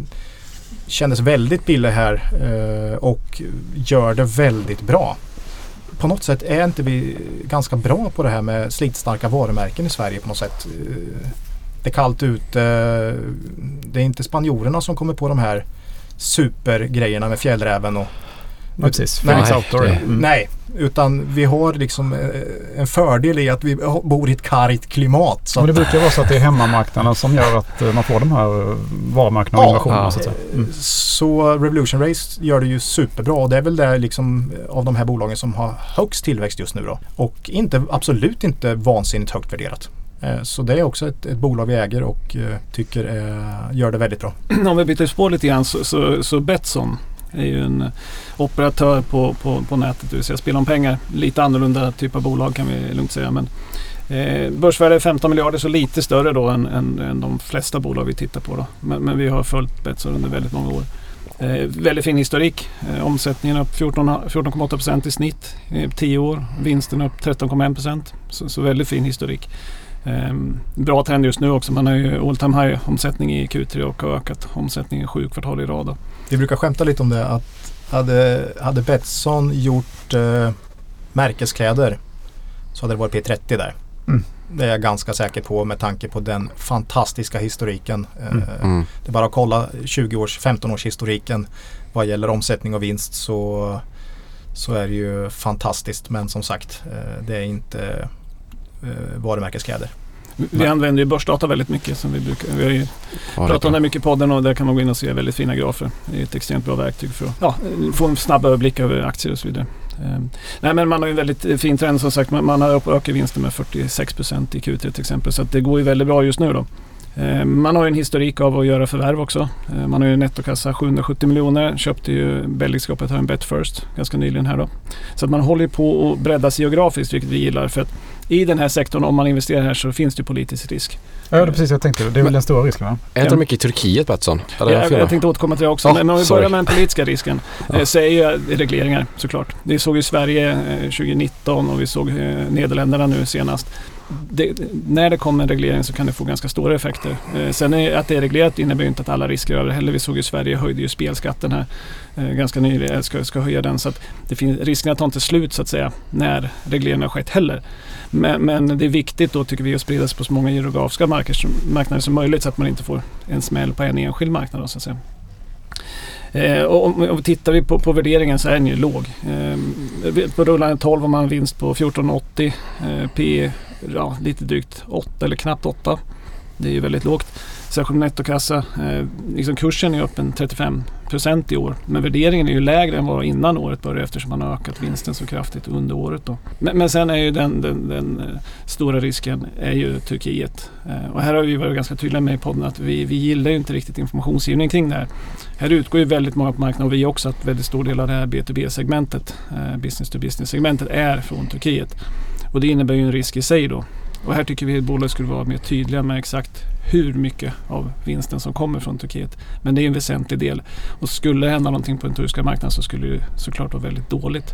S2: Kändes väldigt billig här eh, och gör det väldigt bra. På något sätt är inte vi ganska bra på det här med slitstarka varumärken i Sverige på något sätt. Eh, det är kallt ute. Eh, det är inte spanjorerna som kommer på de här supergrejerna med fjällräven och
S1: Ja, precis. Phoenix Outdoor.
S2: Det, mm. Nej, utan vi har liksom en fördel i att vi bor i ett kargt klimat. Så
S1: och det brukar vara så att det är hemmamarknaden som gör att man får de här varumärkena och
S2: ja,
S1: innovationerna.
S2: Ja.
S1: Så, att säga. Mm.
S2: Så Revolution Race gör det ju superbra och det är väl det liksom av de här bolagen som har högst tillväxt just nu då. Och inte, absolut inte vansinnigt högt värderat. Så det är också ett, ett bolag vi äger och uh, tycker uh, gör det väldigt bra.
S3: Om vi byter spår lite grann så, så, så Betsson är ju en operatör på, på, på nätet, det vill säga spela om pengar. Lite annorlunda typ av bolag kan vi lugnt säga. Men eh, börsvärde är femton miljarder, så lite större då än, än, än de flesta bolag vi tittar på. Då. Men, men vi har följt Betsson under väldigt många år. Eh, väldigt fin historik. Eh, omsättningen upp fjorton komma åtta procent i snitt i tio år. Vinsten upp tretton komma en procent. Så, så väldigt fin historik. Um, bra trend just nu också. Man har ju all time high omsättning i Q tre och har ökat omsättningen sju kvartal i rad. Då.
S2: Vi brukar skämta lite om det att hade, hade Betsson gjort uh, märkeskläder så hade det varit P trettio där. Mm. Det är jag ganska säker på med tanke på den fantastiska historiken. Mm. Uh, mm. Det är bara att kolla tjugo års, femton års historiken vad gäller omsättning och vinst så, så är det ju fantastiskt. Men som sagt, uh, det är inte varumärkeskläder.
S3: Vi Nej. använder ju börsdata väldigt mycket som vi brukar. Vi har ju ja, pratat om det mycket i podden och där kan man gå in och se väldigt fina grafer. Det är ett extremt bra verktyg för att ja, få en snabb överblick över aktier och så vidare. Um, nej, men man har ju en väldigt fin trend som sagt. Man, man har ökat vinsten med fyrtiosex procent i Q tre till exempel. Så att det går ju väldigt bra just nu då. Um, man har ju en historik av att göra förvärv också. Um, man har ju en nettokassa sjuhundrasjuttio miljoner. Köpte ju belgiska operatören BetFirst ganska nyligen här då. Så att man håller på att breddas geografiskt, vilket vi gillar. För att i den här sektorn, om man investerar här så finns det politisk risk.
S1: Ja, det är precis jag tänkte. Det är väl men, den stora risken, va?
S4: Är det mycket i Turkiet, Betsson?
S3: Ja, jag, jag tänkte återkomma till det också. Oh, men om vi börjar med den politiska risken oh. så är ju regleringar såklart. Vi såg ju Sverige tjugonitton och vi såg Nederländerna nu senast. Det, när det kommer en reglering så kan det få ganska stora effekter. Eh, sen är, att det är reglerat innebär ju inte att alla risker är över heller. Vi såg ju Sverige höjde ju spelskatten här eh, ganska nyligen, ska, ska höja den så att det finns, riskerna tar inte slut så att säga när regleringen har skett heller. Men, men det är viktigt då tycker vi att sprida sig på så många geografiska marknader, marknader som möjligt så att man inte får en smäll på en enskild marknad då, så att säga. Eh, och om, om tittar vi på, på värderingen så är den ju låg. Eh, på rullande tolv har man vinst på fjorton åttio, eh, P ja, lite drygt åtta eller knappt åtta. Det är ju väldigt lågt. Särskilt nettokassa. Eh, liksom kursen är upp en trettiofem procent i år. Men värderingen är ju lägre än vad innan året började eftersom man har ökat vinsten så kraftigt under året. Då. Men, men sen är ju den, den, den eh, stora risken är ju Turkiet. Eh, och här har vi varit ganska tydliga med i podden att vi, vi gillar ju inte riktigt informationsgivning kring det här. Här utgår ju väldigt många på marknaden och vi också att väldigt stor del av det här B to B-segmentet, eh, business to business-segmentet är från Turkiet. Och det innebär ju en risk i sig då. Och här tycker vi att bolaget skulle vara mer tydliga med exakt hur mycket av vinsten som kommer från Turkiet. Men det är en väsentlig del. Och skulle det hända någonting på den turkiska marknaden så skulle det såklart vara väldigt dåligt.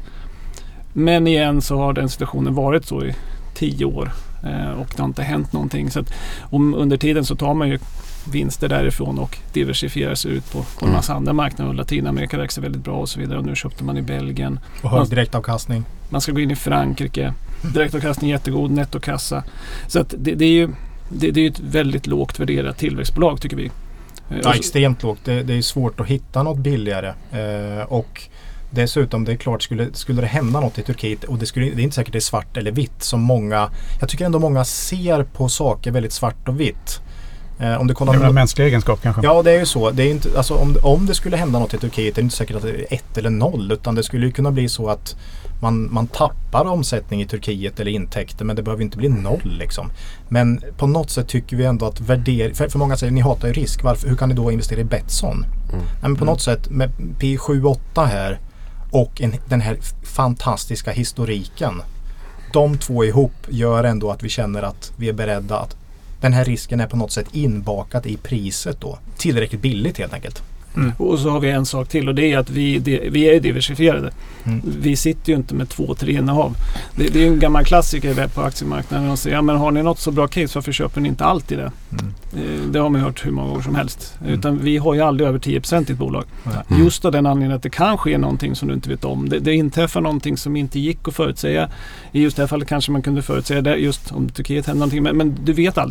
S3: Men igen så har den situationen varit så i tio år. Eh, och det har inte hänt någonting. Så att om, under tiden så tar man ju vinster därifrån och diversifierar sig ut på, på en massa andra marknader. Och Latinamerika växer väldigt bra och så vidare. Och nu köpte man i Belgien.
S2: Och hög direktavkastning.
S3: Man ska gå in i Frankrike. Direktavkastning jättegod, nettokassa. Så att det, det är ju det, det är ett väldigt lågt värderat tillväxtbolag tycker vi.
S2: Ja, extremt lågt. Det, det är svårt att hitta något billigare. Eh, och dessutom, det är klart, skulle, skulle det hända något i Turkiet och det, skulle, det är inte säkert det är svart eller vitt som många, jag tycker ändå många ser på saker väldigt svart och vitt. Eh, om du kollar
S1: det är en mänsklig egenskap kanske.
S2: Ja, det är ju så. Det är inte, alltså, om, om det skulle hända något i Turkiet är det inte säkert att det är ett eller noll utan det skulle ju kunna bli så att man, man tappar omsättning i Turkiet eller intäkter men det behöver inte bli noll liksom. Men på något sätt tycker vi ändå att värdering, för, för många säger ni hatar ju risk, varför, hur kan ni då investera i Betsson? Mm. Nej, men på mm. något sätt med P sju åtta här och en, den här fantastiska historiken, de två ihop gör ändå att vi känner att vi är beredda att den här risken är på något sätt inbakat i priset då. Tillräckligt billigt helt enkelt.
S3: Mm. Och så har vi en sak till och det är att vi, det, vi är diversifierade. Mm. Vi sitter ju inte med två, tre innehav. Det, det är en gammal klassiker på aktiemarknaden och säger, ja men har ni något så bra case, varför köper ni inte alltid det? Mm. Det har man hört hur många gånger som helst. Mm. Utan vi har ju aldrig över tio procent i ett bolag. Mm. Just av den anledningen att det kan ske någonting som du inte vet om. Det, det inträffar någonting som inte gick att förutsäga. I just det här fallet kanske man kunde förutsäga det just om Turkiet händer någonting. Men, men du vet aldrig.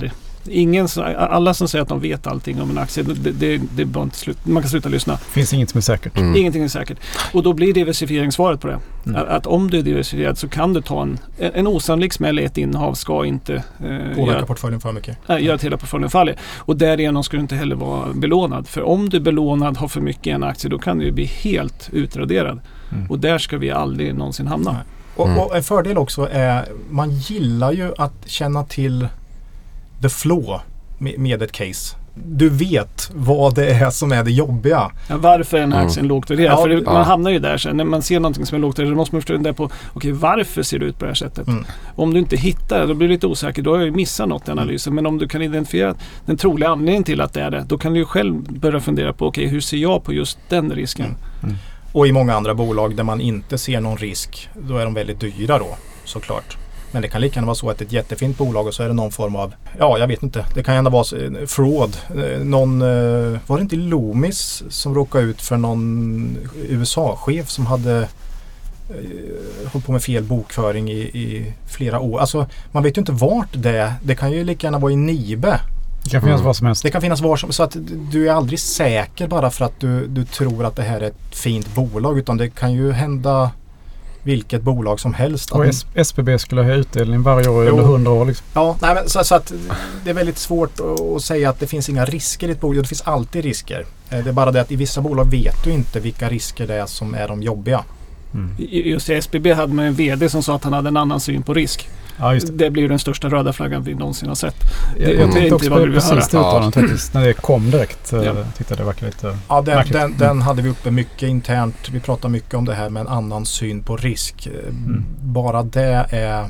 S3: Ingen, alla som säger att de vet allting om en aktie, det, det, det är bara inte slut, man kan sluta lyssna.
S1: Det finns inget som är säkert.
S3: Mm. Ingenting är säkert. Och då blir diversifieringsvaret på det. Mm. Att, att om du är diversifierad så kan du ta en, en osannolik smäll i ett innehav ska inte
S2: eh, påverka göra, portföljen för mycket.
S3: Nej, göra att hela portföljen faller. Och därigenom ska du inte heller vara belånad. För om du är belånad, har för mycket i en aktie, då kan du ju bli helt utraderad. Mm. Och där ska vi aldrig någonsin hamna.
S2: Nej. Och, mm. och en fördel också är, man gillar ju att känna till the flow med, med ett case. Du vet vad det är som är det jobbiga.
S3: Ja, varför är en aktien mm. lågt värderad? Ja, för det,
S2: ja.
S3: man hamnar ju där sen. När man ser någonting som är lågt värderat, då måste man förstå där på, okej, varför ser det ut på det här sättet? Mm. Om du inte hittar det, då blir du lite osäker. Då har jag ju missat något i analysen. Mm. Men om du kan identifiera den troliga anledningen till att det är det, då kan du ju själv börja fundera på, okej, hur ser jag på just den risken?
S2: Mm. Mm. Och i många andra bolag där man inte ser någon risk, då är de väldigt dyra då, såklart. Men det kan lika gärna vara så att ett jättefint bolag och så är det någon form av, ja jag vet inte, det kan gärna vara fraud. Någon, var det inte Loomis som råkade ut för någon U S A-chef som hade eh, hållit på med fel bokföring i, i flera år. Alltså man vet ju inte vart det är. Det kan ju lika gärna vara i Nibe.
S1: Det kan finnas mm. vad som helst.
S2: Det kan finnas var som, så att du är aldrig säker bara för att du, du tror att det här är ett fint bolag, utan det kan ju hända vilket bolag som helst.
S1: Och S- S B B skulle ha utdelning varje år under hundra år. Liksom.
S2: Ja, nej, men så, så att det är väldigt svårt att, att säga att det finns inga risker i ett bolag. Det finns alltid risker. Det är bara det att i vissa bolag vet du inte vilka risker det är som är de jobbiga.
S3: Mm. Just i S B B hade man en vd som sa att han hade en annan syn på risk.
S1: Ja, just det.
S3: Det blir den största röda flaggan vi någonsin har sett. Det,
S1: jag
S3: jag
S1: tänkte
S3: inte
S1: också
S3: vad
S1: på
S3: du
S1: precis det uttalandet
S3: ja.
S1: faktiskt. När det kom direkt.
S3: Ja.
S1: Jag tyckte det verkade lite
S2: ja, den,
S1: märkligt.
S2: den,
S1: Mm.
S2: den hade vi uppe mycket internt. Vi pratar mycket om det här med en annan syn på risk. Mm. Bara det är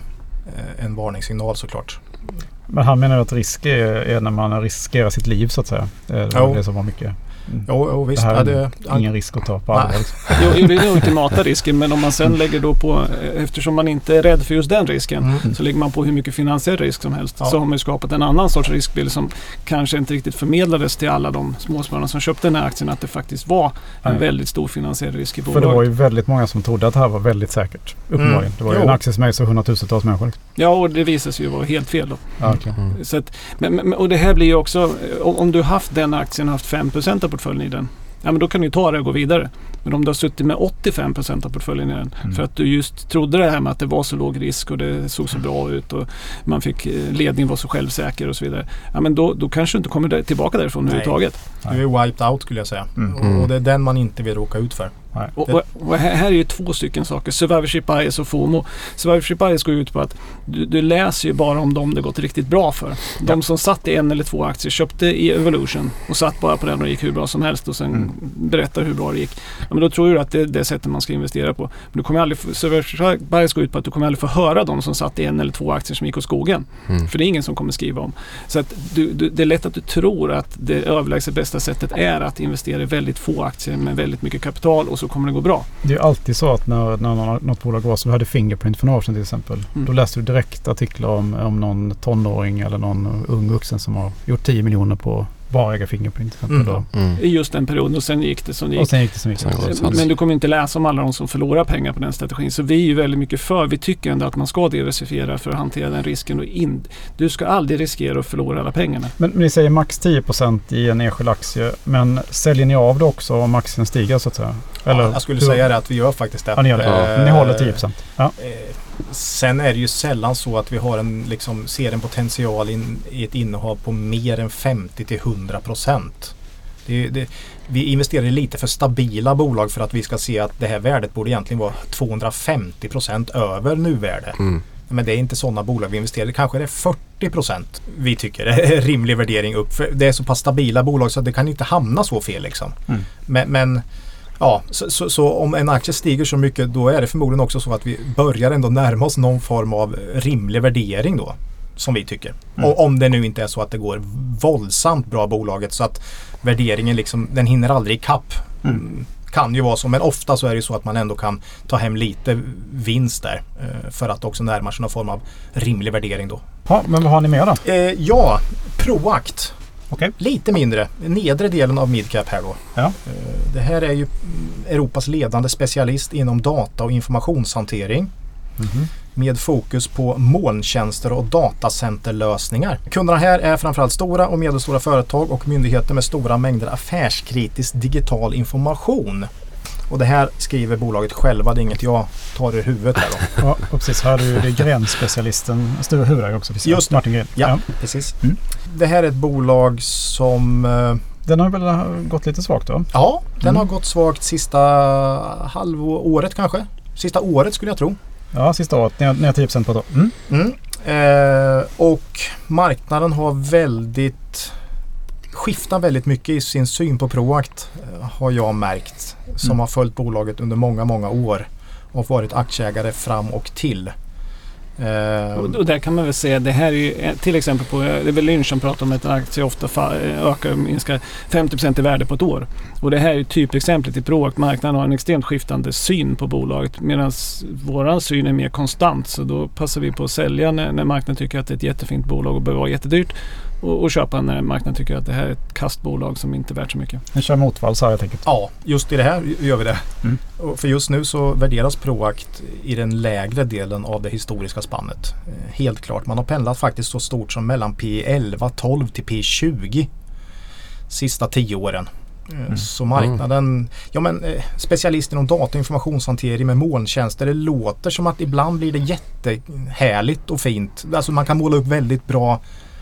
S2: en varningssignal såklart.
S1: Men han menar att risk är, är när man riskerar sitt liv så att säga. Det är
S2: jo.
S1: det som var mycket. Mm.
S2: Jo, jo, visst.
S1: Det här är
S2: det,
S1: ingen risk att ta på allvar. Liksom.
S3: Jo, det är den ultimata risken, men om man sen lägger då på, eftersom man inte är rädd för just den risken, mm. så lägger man på hur mycket finansiell risk som helst. Ja. Så har man ju skapat en annan sorts riskbild som kanske inte riktigt förmedlades till alla de småspararna som köpte den här aktien, att det faktiskt var en Nej. väldigt stor finansiell risk i bolaget.
S1: För det var ju väldigt många som trodde att det här var väldigt säkert. Uppenbarligen. Mm. Det var ju jo. en aktie som är så hundratusentals människor. Liksom.
S3: Ja, och det visade sig ju vara helt fel då.
S1: Ja, okay. mm.
S3: Så att, men, och det här blir ju också, om, om du haft den aktien och haft fem procent av portföljen i den, ja, men då kan du ta det och gå vidare. Men om du har suttit med åttiofem procent av portföljen i den, mm. för att du just trodde det här med att det var så låg risk och det såg så bra ut och man fick, ledningen var så självsäker och så vidare, ja, men då, då kanske du inte kommer där, tillbaka därifrån överhuvudtaget.
S2: Du är wiped out skulle jag säga. Mm. Och det är den man inte vill råka ut för.
S3: Och, och, och här är ju två stycken saker. Survivorship bias och FOMO. Survivorship bias går ut på att du, du läser ju bara om dem det gått riktigt bra för. De ja. som satt i en eller två aktier köpte i Evolution och satt bara på den och gick hur bra som helst och sen mm. berättar hur bra det gick. Ja, men då tror du att det är det sättet man ska investera på. Men du kommer aldrig, survivorship bias går ut på att du kommer aldrig få höra dem som satt i en eller två aktier som gick åt skogen. Mm. För det är ingen som kommer skriva om. Så att du, du, det är lätt att du tror att det överlägset bästa sättet är att investera i väldigt få aktier med väldigt mycket kapital och så kommer det gå bra.
S1: Det är alltid så att när, när något, något bolag går, så vi hade Fingerprint för några år sedan till exempel. Mm. Då läste du direkt artiklar om, om någon tonåring eller någon ung vuxen som har gjort tio miljoner på bara äga Fingerprint.
S2: Mm.
S1: Då.
S3: Mm. I just den perioden och sen gick det som det gick.
S1: Och sen gick det som gick.
S3: Men, men du kommer inte läsa om alla de som förlorar pengar på den strategin. Så vi är ju väldigt mycket för. Vi tycker ändå att man ska diversifiera för att hantera den risken. Och in, du ska aldrig riskera att förlora alla pengarna.
S1: Men, men ni säger max tio procent i en enskild aktie. Men säljer ni av det också om aktien stiger så att säga? Eller,
S2: ja, jag skulle hur? säga det att vi gör faktiskt det.
S1: Ja, ni, gör det. Ja. Ni håller tio procent. Ja.
S2: Eh, sen är det ju sällan så att vi har en, liksom, ser en potential in, i ett innehav på mer än femtio till hundra procent. Det, det, vi investerar i lite för stabila bolag för att vi ska se att det här värdet borde egentligen vara tvåhundrafemtio procent över nuvärde. Mm. Men det är inte sådana bolag vi investerar i. Kanske är det fyrtio procent vi tycker är rimlig värdering upp. För det är så pass stabila bolag så att det kan inte hamna så fel. Liksom. Mm. Men, men ja, så, så, så om en aktie stiger så mycket, då är det förmodligen också så att vi börjar ändå närma oss någon form av rimlig värdering då, som vi tycker. Mm. Och om det nu inte är så att det går våldsamt bra bolaget så att värderingen liksom, den hinner aldrig ikapp. Mm. Kan ju vara så, men ofta så är det så att man ändå kan ta hem lite vinst där eh, för att också närma sig någon form av rimlig värdering då.
S1: Ja, men vad har ni med då?
S2: Eh, ja, Proact.
S1: Okay.
S2: Lite mindre, nedre delen av midcap här då.
S1: Ja.
S2: Det här är ju Europas ledande specialist inom data- och informationshantering. med fokus på molntjänster och datacenterlösningar. Kunderna här är framförallt stora och medelstora företag och myndigheter med stora mängder affärskritisk digital information. Och det här skriver bolaget själva, det är inget jag tar i huvudet här då.
S1: Ja, och precis. Här är ju det grenspecialisten, stora huvudägare också.
S2: Just det.
S1: Martin Gren.
S2: Ja,
S1: ja.
S2: precis. Mm. Det här är ett bolag som...
S1: Den har väl gått lite svagt då?
S2: Ja, den mm. har gått svagt sista halvåret kanske. Sista året skulle jag tro.
S1: Ja, sista året. Ner tio procent på ett år. Mm.
S2: Mm. Eh, och marknaden har väldigt... skiftar väldigt mycket i sin syn på Proact, har jag märkt. Som mm. har följt bolaget under många, många år. Och varit aktieägare fram och till.
S3: Uh, och, och där kan man väl säga, det här är ju till exempel på, det är väl Lynch som pratar om att en aktie ofta fa- ökar, minskar femtio procent i värde på ett år. Och det här är ju typexemplet i Proact. Marknaden har en extremt skiftande syn på bolaget, medan våran syn är mer konstant. Så då passar vi på att sälja när, när marknaden tycker att det är ett jättefint bolag och behöver vara jättedyrt. Och, och köpa när marknaden tycker att det här är ett kastbolag som inte är värt så mycket.
S1: Vi kör motval, så här jag tänker.
S2: Ja, just i det här gör vi det.
S1: Mm.
S2: Och för just nu så värderas Proact i den lägre delen av det historiska spannet. Helt klart. Man har pendlat faktiskt så stort som mellan P elva tolv till P tjugo sista tio åren. Mm. Så marknaden, ja men specialist inom data- och informationshantering med molntjänster, det låter som att ibland blir det jättehärligt och fint. Alltså man kan måla upp väldigt bra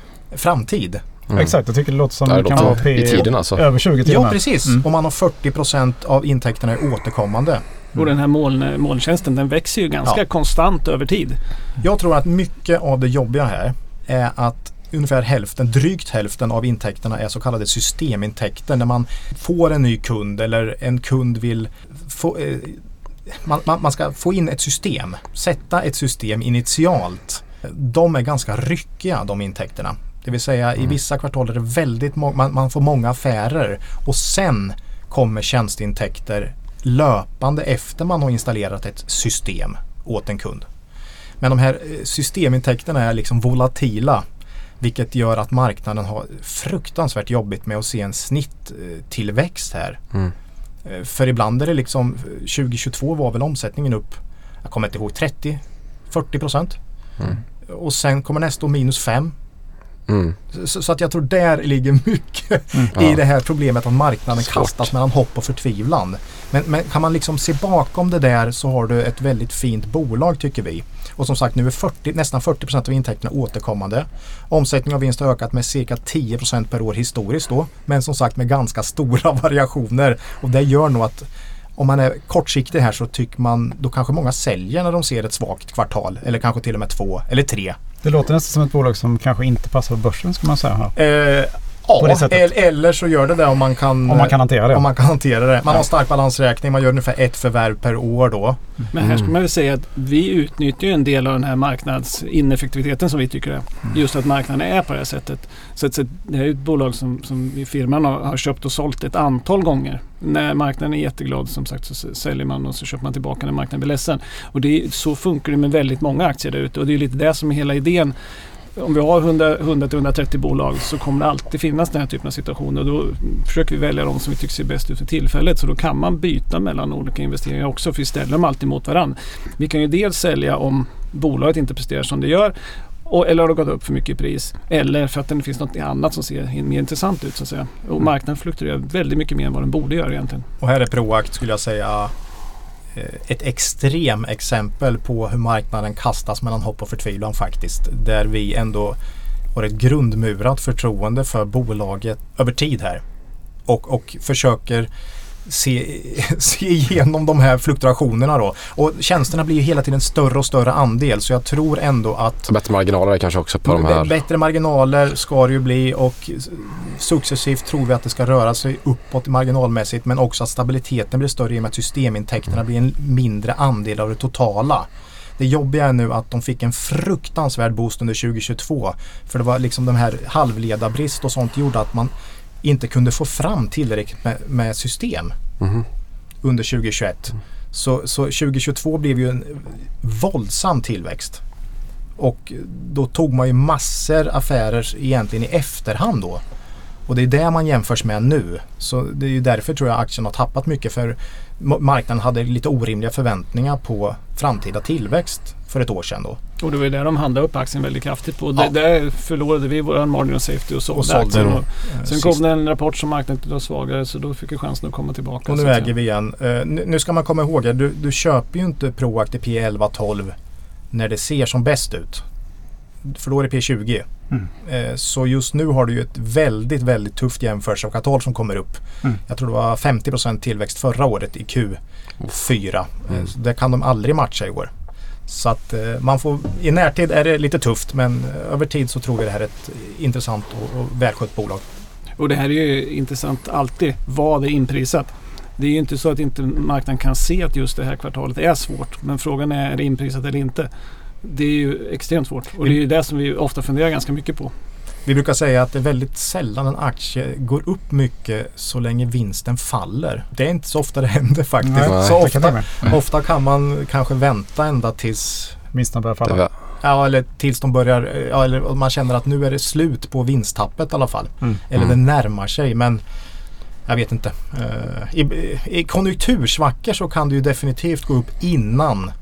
S2: framtid.
S1: Mm. Exakt, jag tycker det låter som
S4: det
S1: det kan vara P
S4: i tiden alltså.
S1: Över tjugo timmar.
S2: Ja, precis. Mm. Och man har fyrtio procent av intäkterna är återkommande.
S3: Mm. Och den här moln, molntjänsten, den växer ju ganska ja. konstant över tid.
S2: Jag tror att mycket av det jobbiga här är att ungefär hälften, drygt hälften av intäkterna är så kallade systemintäkter. När man får en ny kund eller en kund vill få... Eh, man, man, man ska få in ett system, sätta ett system initialt. De är ganska ryckiga, de intäkterna. Det vill säga mm. i vissa kvartal är det väldigt må- man, man får många affärer och sen kommer tjänsteintäkter löpande efter man har installerat ett system åt en kund. Men de här systemintäkterna är liksom volatila, vilket gör att marknaden har fruktansvärt jobbigt med att se en snitttillväxt här. Mm. För ibland är det liksom, tjugohundratjugotvå var väl omsättningen upp, jag kommer inte ihåg, trettio till fyrtio procent. Mm. Och sen kommer nästa år minus fem. Mm. Så, så att jag tror där ligger mycket mm. i ja. det här problemet att marknaden Svårt. kastas mellan hopp och förtvivlan. Men, men kan man liksom se bakom det där, så har du ett väldigt fint bolag, tycker vi. Och som sagt, nu är fyrtio, nästan fyrtio procent av intäkterna återkommande. Omsättning av vinst har ökat med cirka tio procent per år historiskt då. Men som sagt med ganska stora variationer. Och det gör nog att om man är kortsiktig här, så tycker man, då kanske många säljer när de ser ett svagt kvartal. Eller kanske till och med två eller tre.
S1: Det låter nästan som ett bolag som kanske inte passar på börsen, ska man säga här.
S2: Eh, ja, eller så gör det det om man kan,
S1: om man kan hantera det.
S2: Om man kan hantera det. Man ja. har stark balansräkning, man gör ungefär ett förvärv per år då.
S3: Men här skulle man väl säga att vi utnyttjar ju en del av den här marknadsineffektiviteten som vi tycker är. Just att marknaden är på det här sättet. Så, att, så det här är ett bolag som, som i firman har, har köpt och sålt ett antal gånger. När marknaden är jätteglad, som sagt, så säljer man och så köper man tillbaka när marknaden blir ledsen. Och det är, så funkar det med väldigt många aktier där ute. Och det är lite det som är hela idén. Om vi har hundra till hundratrettio bolag, så kommer det alltid finnas den här typen av situationer. Och då försöker vi välja de som vi tycker ser bäst ut för tillfället. Så då kan man byta mellan olika investeringar också, för vi ställer dem alltid mot varandra. Vi kan ju dels sälja om bolaget inte presterar som det gör, och, eller har det gått upp för mycket i pris, eller för att det finns något annat som ser mer intressant ut, så att säga. Och marknaden fluktuerar väldigt mycket mer än vad den borde göra egentligen.
S2: Och här är Proact, skulle jag säga, ett extrem exempel på hur marknaden kastas mellan hopp och förtvivlan faktiskt. Där vi ändå har ett grundmurat förtroende för bolaget över tid här. Och, och försöker se, se igenom de här fluktuationerna då. Och tjänsterna blir ju hela tiden större och större andel, så jag tror ändå att...
S4: Bättre marginaler kanske också på de här...
S2: Bättre marginaler ska det ju bli, och successivt tror vi att det ska röra sig uppåt marginalmässigt, men också att stabiliteten blir större i och med att systemintäkterna blir en mindre andel av det totala. Det jobbiga är nu att de fick en fruktansvärd boost under tjugohundratjugotvå, för det var liksom de här halvledarbrist och sånt gjorde att man inte kunde få fram tillräckligt med, med system mm. under tjugohundratjugoett. Mm. Så, så tjugohundratjugotvå blev ju en våldsam tillväxt. Och då tog man ju massor affärer egentligen i efterhand då. Och det är det man jämförs med nu. Så det är ju därför tror jag aktien har tappat mycket, för marknaden hade lite orimliga förväntningar på framtida tillväxt för ett år sedan då.
S3: Och det var ju där de handlade upp aktien väldigt kraftigt på. Ja. Där förlorade vi vår margin of safety och sålde, och sålde aktien. Och sen sist. kom det en rapport som marknaden var svagare, så då fick vi chansen att komma tillbaka.
S2: Och nu äger vi igen. Uh, nu ska man komma ihåg, du, du köper ju inte Proactive P elva tolv när det ser som bäst ut. För då är det P tjugo. Mm. Uh, så just nu har du ju ett väldigt, väldigt tufft jämförelse av kvartal som kommer upp. Mm. Jag tror det var femtio procent tillväxt förra året i Q fyra. Mm. Uh, det kan de aldrig matcha i år. Så att eh, man får, i närtid är det lite tufft, men eh, över tid så tror vi det här är ett intressant och, och välskött bolag.
S3: Och det här är ju intressant alltid, vad är inprisat. Det är ju inte så att inte marknaden kan se att just det här kvartalet är svårt, men frågan är, är det inprisat eller inte? Det är ju extremt svårt och det är ju det som vi ofta funderar ganska mycket på.
S2: Vi brukar säga att det är väldigt sällan en aktie går upp mycket så länge vinsten faller. Det är inte så ofta det händer faktiskt. Nej, så ofta, kan mm. ofta kan man kanske vänta ända tills
S1: vinsten börjar falla.
S2: Ja, eller tills de börjar, ja, eller man känner att nu är det slut på vinsttappet i alla fall. Mm. Eller det närmar sig, men jag vet inte. I, i konjunktursvackor så kan det ju definitivt gå upp innan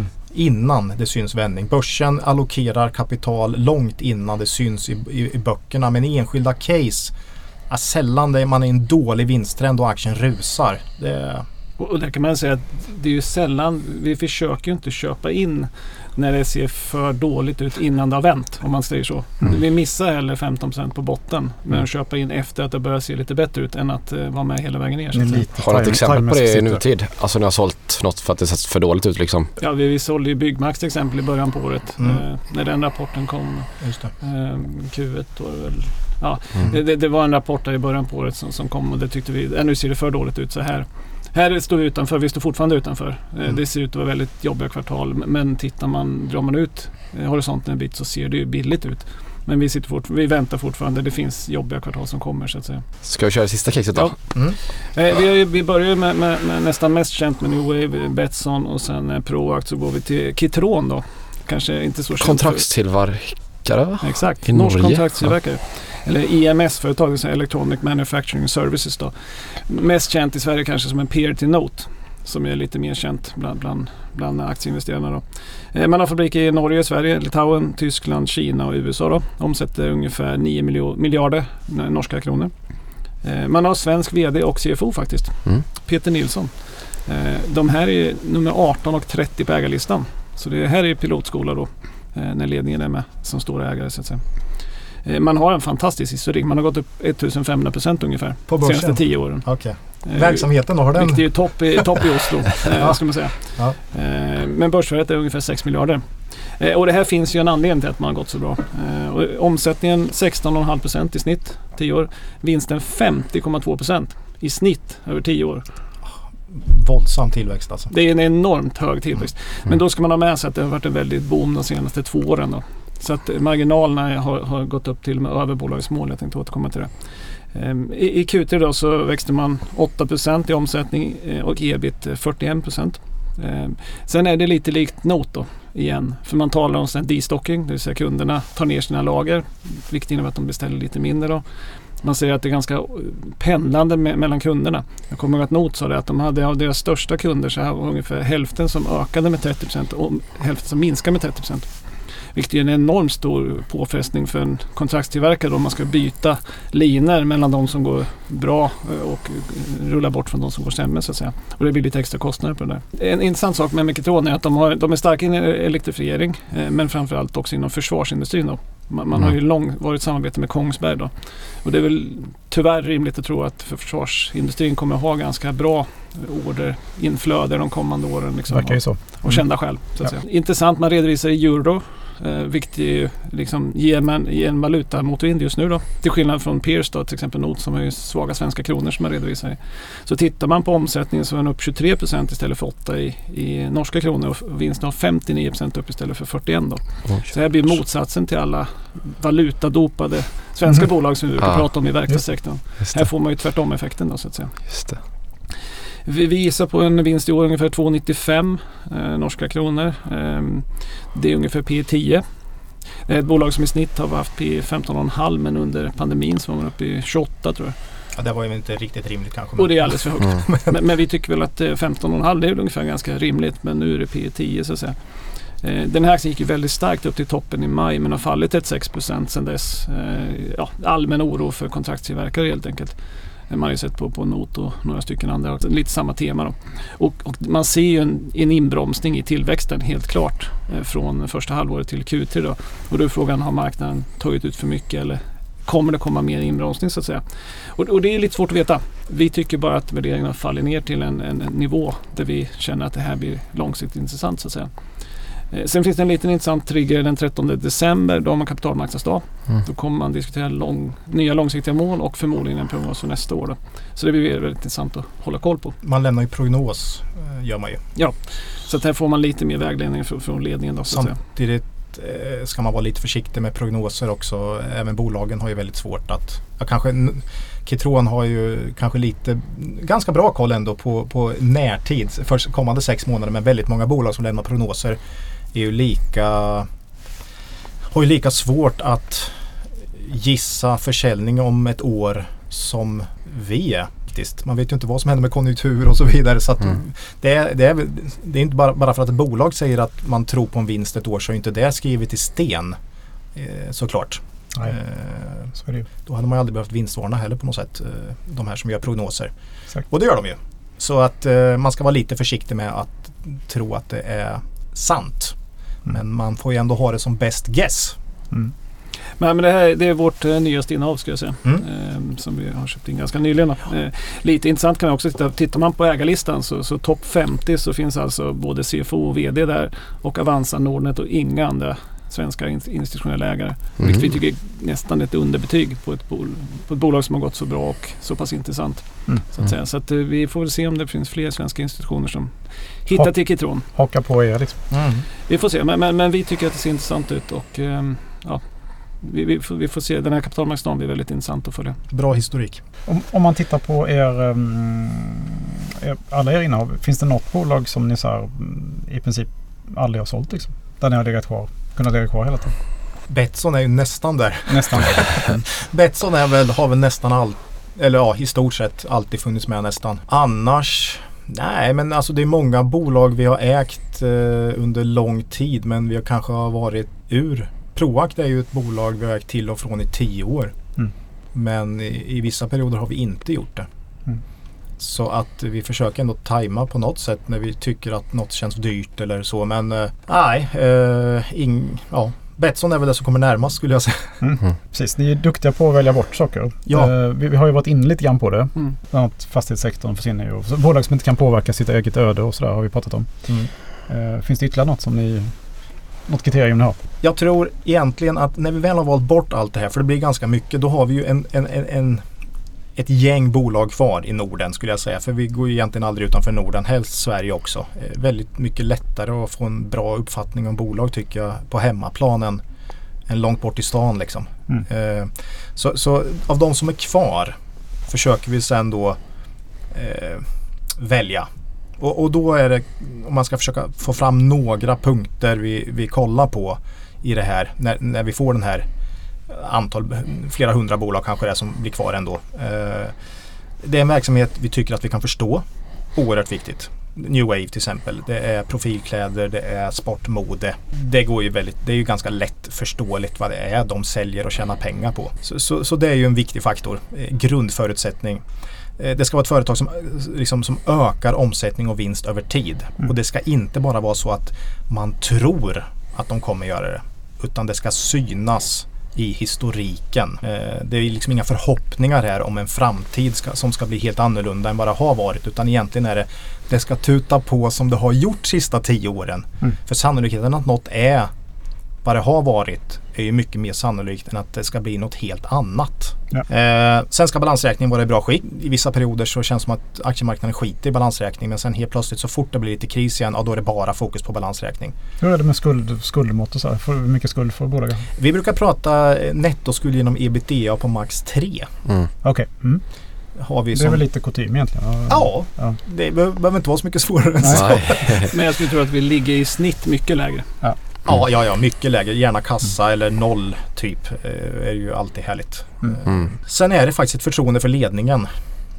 S2: innan det syns vändning. Börsen allokerar kapital långt innan det syns i, i, i böckerna, men i enskilda case är sällan det man är en dålig vinsttrend och aktien rusar. Det...
S3: Och, och där kan man säga att det är ju sällan, vi försöker ju inte köpa in när det ser för dåligt ut innan det har vänt, om man säger så. Mm. Vi missar heller femton procent på botten, men mm. att köpa in efter att det börjar se lite bättre ut än att uh, vara med hela vägen ner.
S4: Har du ett exempel på det i nutid? Alltså när jag har sålt något för att det sett för dåligt ut liksom?
S3: Ja, vi, vi sålde ju Byggmax till exempel i början på året. Mm. Uh, när den rapporten kom.
S2: Just det.
S3: Uh, Q ett då väl. Ja, mm. det, det, det var en rapport där i början på året som, som kom och det tyckte vi, äh, nu ser det för dåligt ut så här. Här står vi utanför, vi står fortfarande utanför. Mm. Det ser ut att vara väldigt jobbiga kvartal, men tittar man, drar man ut horisonten en bit så ser det ju billigt ut. Men vi, sitter fort, vi väntar fortfarande, det finns jobbiga kvartal som kommer så att säga.
S4: Ska vi köra det sista caset då?
S3: Ja. Mm. Eh, vi, vi börjar med, med, med nästan mest känt med New Wave, Betsson och sen eh, Proact, så går vi till Kitron då. Kanske inte så känt.
S4: Kontraktstillverkare va?
S3: Exakt, norsk kontraktstillverkare. Ja. Eller I M S-företag, Electronic Manufacturing Services då. Mest känt i Sverige kanske som en peer till Note, som är lite mer känt bland, bland, bland aktieinvesterarna då. Eh, man har fabriker i Norge, Sverige, Litauen, Tyskland, Kina och U S A då. Omsätter ungefär nio miljarder norska kronor. Eh, man har svensk vd och C F O faktiskt. Mm. Peter Nilsson. Eh, de här är nummer arton och trettio på ägarlistan. Så det här är pilotskola då, eh, när ledningen är med som stora ägare så att säga. Man har en fantastisk historik. Man har gått upp femtonhundra procent ungefär
S2: på
S3: de senaste tio åren.
S2: Okay. Eh, Verksamheten då har den?
S3: Vilket är topp i, top i Oslo, eh, ska man säga. Ja. Eh, men börsvärdet är ungefär sex miljarder. Eh, och det här finns ju en anledning till att man har gått så bra. Eh, och omsättningen sexton komma fem procent i snitt, tio år. Vinsten femtio komma två procent i snitt över tio år.
S2: Våldsam tillväxt alltså.
S3: Det är en enormt hög tillväxt. Mm. Men då ska man ha med sig att det har varit en väldigt boom de senaste två åren då. Så att marginalerna har, har gått upp till och med över bolagets mål. Jag tänkte återkomma till det. Um, i, I Q tre då så växte man åtta procent i omsättning eh, och ebit fyrtioen procent. Um, sen är det lite likt Note då igen. För man talar om sån destocking, det vill säga kunderna tar ner sina lager. Vilket innebär att de beställer lite mindre då. Man säger att det är ganska pendlande me- mellan kunderna. Jag kommer ihåg att Note sa det att de hade av deras största kunder så här var ungefär hälften som ökade med trettio procent och hälften som minskade med trettio procent. Vilket är en enormt stor påfrestning för en kontraktstillverkare om man ska byta linjer mellan de som går bra och rulla bort från de som går sämre så att säga. Och det blir lite extra kostnader på det där. En intressant sak med Microtron är att de, har, de är starka i elektrifiering men framförallt också inom försvarsindustrin då. Man, man har ju lång, varit samarbete med Kongsberg då. Och det är väl tyvärr rimligt att tro att för försvarsindustrin kommer att ha ganska bra orderinflöde de kommande åren. Liksom,
S1: Verkar ju så.
S3: Och, och kända själv. Så att ja. säga. Intressant, man redovisar i euro. Eh, vilket är liksom ger, man, ger en valuta mot vind just nu då. Till skillnad från Peers då, till exempel Note som har ju svaga svenska kronor som man redovisar i. Så tittar man på omsättningen så är den upp tjugotre procent istället för åtta i, i norska kronor och vinsten har femtionio procent upp istället för fyrtioen då. Oh, så här blir motsatsen till alla valutadopade svenska mm. bolag som vi brukar ah. prata om i verkstadssektorn. Här får man ju tvärtom effekten då så att säga.
S4: Just det.
S3: Vi visar på en vinst i år ungefär två komma nittiofem eh, norska kronor. Eh, det är ungefär P tio. Det är ett bolag som i snitt har haft P femton komma fem men under pandemin så var man uppe i tjugoåtta tror jag.
S2: Ja, det var ju inte riktigt rimligt kanske.
S3: Och det är alldeles för högt. Mm. men, men vi tycker väl att femton komma fem det är ungefär ganska rimligt men nu är det P tio så att säga. Den här aktien gick ju väldigt starkt upp till toppen i maj men har fallit ett sex procent sedan dess. Ja, allmän oro för kontraktstillverkare helt enkelt. Man har ju sett på, på Not och några stycken andra. Lite samma tema då. Och, och man ser ju en, en inbromsning i tillväxten helt klart från första halvåret till Q tre då. Och då är frågan, har marknaden tagit ut för mycket eller kommer det komma mer inbromsning så att säga? Och, och det är lite svårt att veta. Vi tycker bara att värderingarna faller ner till en, en, en nivå där vi känner att det här blir långsiktigt intressant så att säga. Eh, sen finns det en liten intressant trigger den trettonde december. Då har man kapitalmarknadsdag. Mm. Då kommer man diskutera lång, nya långsiktiga mål och förmodligen en prognos för nästa år. Då. Så det blir väldigt intressant att hålla koll på.
S2: Man lämnar ju prognos, gör man ju.
S3: Ja, så att här får man lite mer vägledning från, från ledningen. Då, så att
S2: Samtidigt säga. Ska man vara lite försiktig med prognoser också. Även bolagen har ju väldigt svårt att... Ja, kanske, Kitron har ju kanske lite ganska bra koll ändå på, på närtid för kommande sex månader, men väldigt många bolag som lämnar prognoser är ju lika har ju lika svårt att gissa försäljning om ett år som vi är. Man vet ju inte vad som händer med konjunktur och så vidare. Så att mm. det, är, det, är, det är inte bara, bara för att ett bolag säger att man tror på en vinst ett år så är inte det skrivet i sten eh, såklart.
S1: Nej,
S2: eh,
S1: så är det.
S2: Då hade man ju aldrig behövt vinstvarna heller på något sätt. Eh, de här som gör prognoser.
S1: Exakt.
S2: Och det gör de ju. Så att eh, man ska vara lite försiktig med att tro att det är sant. Mm. Men man får ju ändå ha det som best guess.
S3: Mm. Men, men det här det är vårt eh, nyaste innehav ska jag säga. Mm. Eh, som vi har köpt in ganska nyligen. Eh, lite intressant kan man också titta. Tittar man på ägarlistan så, så topp femtio så finns alltså både C F O och V D där. Och Avanza, Nordnet och inga andra svenska institutionella ägare. Mm. Vilket vi tycker är nästan ett underbetyg på ett, bol- på ett bolag som har gått så bra och så pass intressant. Mm. Så att säga. Så att, eh, vi får väl se om det finns fler svenska institutioner som hittar ha- till Kitron.
S1: Haka på er liksom.
S3: Mm. Vi får se. Men, men, men vi tycker att det ser intressant ut och eh, ja. Vi, vi, får, vi får se, den här kapitalmarknaden blir väldigt intressant att följa.
S2: Bra historik.
S1: Om, om man tittar på er, um, er alla er innehav, finns det något bolag som ni så här, i princip aldrig har sålt liksom? Där ni har legat kvar, kunnat ligga kvar hela tiden?
S2: Betsson är ju nästan där.
S1: Nästan där.
S2: Betsson är väl, har väl nästan allt, eller ja, i stort sett alltid funnits med nästan. Annars, nej men alltså det är många bolag vi har ägt eh, under lång tid, men vi har kanske har varit ur. Proact är ju ett bolag vi har ägt till och från i tio år. Mm. Men i, i vissa perioder har vi inte gjort det. Mm. Så att vi försöker ändå tajma på något sätt när vi tycker att något känns dyrt eller så. Men eh, nej, eh, ing, ja. Betsson är väl det som kommer närmast skulle jag säga.
S1: Mm. Mm. Precis, ni är duktiga på att välja bort saker.
S2: Ja.
S1: Eh, vi, vi har ju varit inne lite grann på det. Mm. Bland annat fastighetssektorn försvinner ju. Så bolag som inte kan påverka sitt eget öde och sådär har vi pratat om. Mm. Eh, finns det ytterligare något som ni... Något kriterium ni har?
S2: Jag tror egentligen att när vi väl har valt bort allt det här, för det blir ganska mycket, då har vi ju en, en, en, en, ett gäng bolag kvar i Norden skulle jag säga. För vi går ju egentligen aldrig utanför Norden, helst Sverige också. Eh, väldigt mycket lättare att få en bra uppfattning om bolag tycker jag på hemmaplanen än långt bort i stan liksom. Mm. Eh, så, så av de som är kvar försöker vi sen då eh, välja. Och, och då är det, om man ska försöka få fram några punkter vi, vi kollar på i det här, när, när vi får den här antal, flera hundra bolag kanske det är som blir kvar ändå. Eh, det är en verksamhet vi tycker att vi kan förstå, oerhört viktigt. New Wave till exempel, det är profilkläder, det är sportmode. Det går ju väldigt, det är ju ganska lätt förståeligt vad det är de säljer och tjänar pengar på. Så, så, så det är ju en viktig faktor, eh, grundförutsättning. Det ska vara ett företag som, liksom, som ökar omsättning och vinst över tid. Mm. Och det ska inte bara vara så att man tror att de kommer göra det. Utan det ska synas i historiken. Eh, det är liksom inga förhoppningar här om en framtid ska, som ska bli helt annorlunda än vad det har varit. Utan egentligen är det, det ska tuta på som det har gjort sista tio åren. Mm. För sannolikheten att något är vad det har varit är ju mycket mer sannolikt än att det ska bli något helt annat. Ja. Eh, sen ska balansräkningen vara i bra skick. I vissa perioder så känns det som att aktiemarknaden skiter i balansräkning, men sen helt plötsligt så fort det blir lite kris igen, ja, då är det bara fokus på balansräkning.
S1: Hur är det med skuld, skuldmått och så här? Hur mycket skuld får bolagen?
S2: Vi brukar prata nettoskuld genom ebitda på max tre.
S1: Mm. Okej. Okay. Mm.
S2: Har vi
S1: det
S2: som...
S1: är väl lite kutym egentligen?
S2: Ja, ja. Det behöver inte vara så mycket svårare än så.
S3: Men jag skulle tro att vi ligger i snitt mycket lägre.
S2: Ja. Ja, ja, ja, mycket lägre. Gärna kassa mm. eller noll typ. Eh, är ju alltid härligt. Mm. Mm. Sen är det faktiskt ett förtroende för ledningen.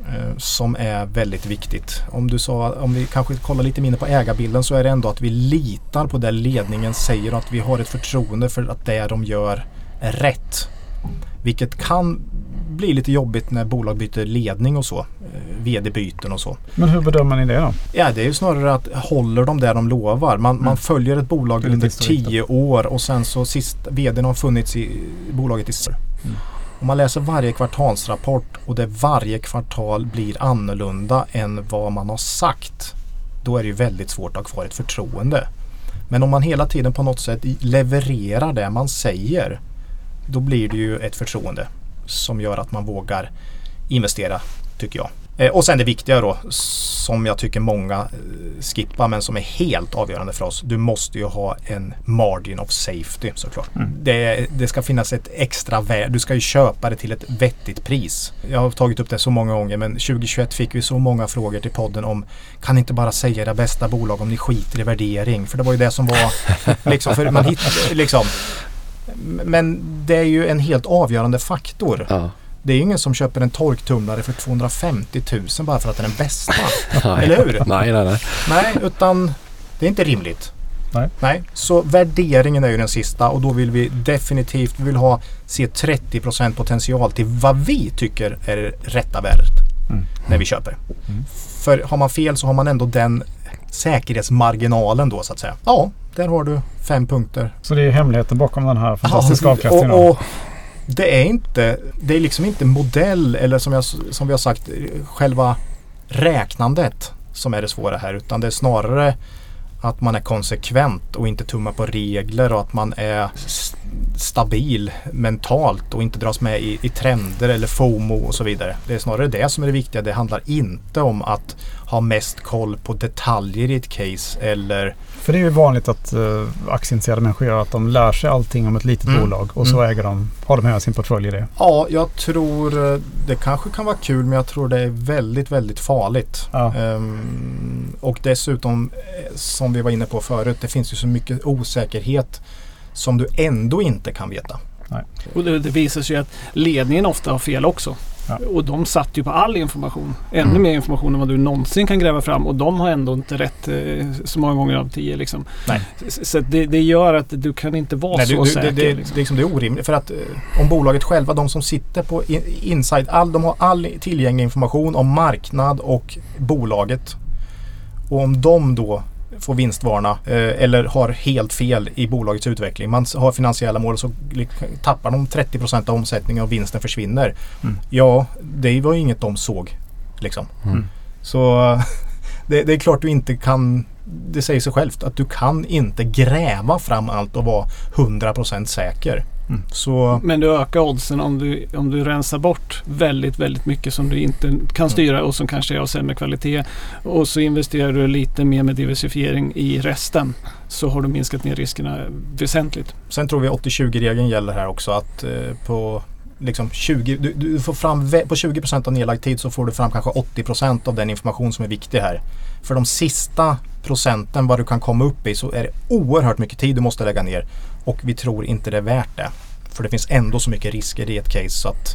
S2: eh, som är väldigt viktigt. Om du sa, om vi kanske kollar lite mindre på ägarbilden, så är det ändå att vi litar på det ledningen säger och att vi har ett förtroende för att det de gör är rätt. Vilket kan bli lite jobbigt när bolag byter ledning och så. Eh, vd-byten och så.
S1: Men hur bedömer ni det då?
S2: Ja, det är ju snarare att håller de där de lovar. Man, mm. man följer ett bolag under tio år och sen så sist vdn har funnits i bolaget i mm. Om man läser varje kvartalsrapport och det varje kvartal blir annorlunda än vad man har sagt, då är det ju väldigt svårt att ha kvar ett förtroende. Men om man hela tiden på något sätt levererar det man säger, då blir det ju ett förtroende som gör att man vågar investera, tycker jag. Eh, och sen det viktiga då, som jag tycker många eh, skippar men som är helt avgörande för oss. Du måste ju ha en margin of safety, såklart. Mm. Det, det ska finnas ett extra värde. Du ska ju köpa det till ett vettigt pris. Jag har tagit upp det så många gånger, men tjugohundratjugoett fick vi så många frågor till podden om, kan inte bara säga det bästa bolag om ni skiter i värdering? För det var ju det som var liksom, för man hittar liksom. Men det är ju en helt avgörande faktor. Ja. Det är ju ingen som köper en torktumlare för tvåhundrafemtio tusen bara för att den är den bästa. Eller hur?
S4: Nej, nej, nej.
S2: Nej, utan det är inte rimligt.
S1: Nej.
S2: Nej. Så värderingen är ju den sista, och då vill vi definitivt vi vill ha se trettio procent potential till vad vi tycker är det rätta värdet mm. när vi köper. Mm. För har man fel så har man ändå den säkerhetsmarginalen då, så att säga. Ja, där har du fem punkter.
S1: Så det är hemligheten bakom den här fantastiska ja, avkastningen?
S2: Och, och det är inte det är liksom inte modell eller som, jag, som vi har sagt själva räknandet som är det svåra här, utan det är snarare att man är konsekvent och inte tummar på regler och att man är st- stabil mentalt och inte dras med i, i trender eller FOMO och så vidare. Det är snarare det som är det viktiga. Det handlar inte om att ha mest koll på detaljer i ett case eller...
S1: För det är ju vanligt att uh, aktieintresserade människor gör att de lär sig allting om ett litet mm. bolag och så mm. äger de, har de hela sin portfölj i det.
S2: Ja, jag tror det kanske kan vara kul, men jag tror det är väldigt, väldigt farligt. Ja. Um, och dessutom, som vi var inne på förut, det finns ju så mycket osäkerhet som du ändå inte kan veta.
S3: Nej. Och det, det visar sig att ledningen ofta har fel också. Ja. Och de satt ju på all information. Ännu mm. mer information än vad du någonsin kan gräva fram. Och de har ändå inte rätt eh, så många gånger av tio. Liksom. Nej. Så, så det, det gör att du kan inte vara Nej, så
S2: du,
S3: säker.
S2: Det, det,
S3: liksom.
S2: det, liksom, det är orimligt. För att eh, om bolaget själva, de som sitter på in, inside, all, de har all tillgänglig information om marknad och bolaget. Och om de då får vinstvarna eh, eller har helt fel i bolagets utveckling. Man har finansiella mål, så tappar de trettio procent av omsättningen och vinsten försvinner. Mm. Ja, det var ju inget de såg. Liksom. Mm. Så det, det är klart du inte kan, det säger sig självt att du kan inte gräva fram allt och vara hundra procent säker. Mm. Så,
S3: men du ökar oddsen om du, om du rensar bort väldigt, väldigt mycket som du inte kan styra mm. och som kanske är av sämre kvalitet, och så investerar du lite mer med diversifiering i resten, så har du minskat ner riskerna väsentligt.
S2: Sen tror vi åttio tjugo-regeln gäller här också, att eh, på liksom tjugo, du, du får fram på tjugo procent av nedlagd tid så får du fram kanske åttio procent av den information som är viktig här. För de sista procenten vad du kan komma upp i, så är det oerhört mycket tid du måste lägga ner, och vi tror inte det är värt det. För det finns ändå så mycket risker i ett case, så att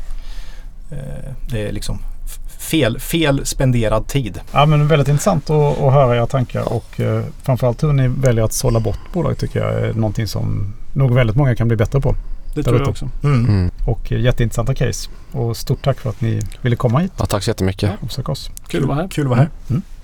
S2: eh, det är liksom fel, fel spenderad tid.
S1: Ja, men väldigt intressant att, att höra era tankar, och eh, framförallt hur ni väljer att sålla bort bolag tycker jag är någonting som nog väldigt många kan bli bättre på.
S3: Det tror jag också.
S1: Mm. Mm. Och jätteintressanta case. Och stort tack för att ni ville komma hit.
S4: Ja, tack så jättemycket.
S1: Ja, och oss.
S3: Kul att vara här.
S2: Kul att vara här.
S1: Mm. Mm.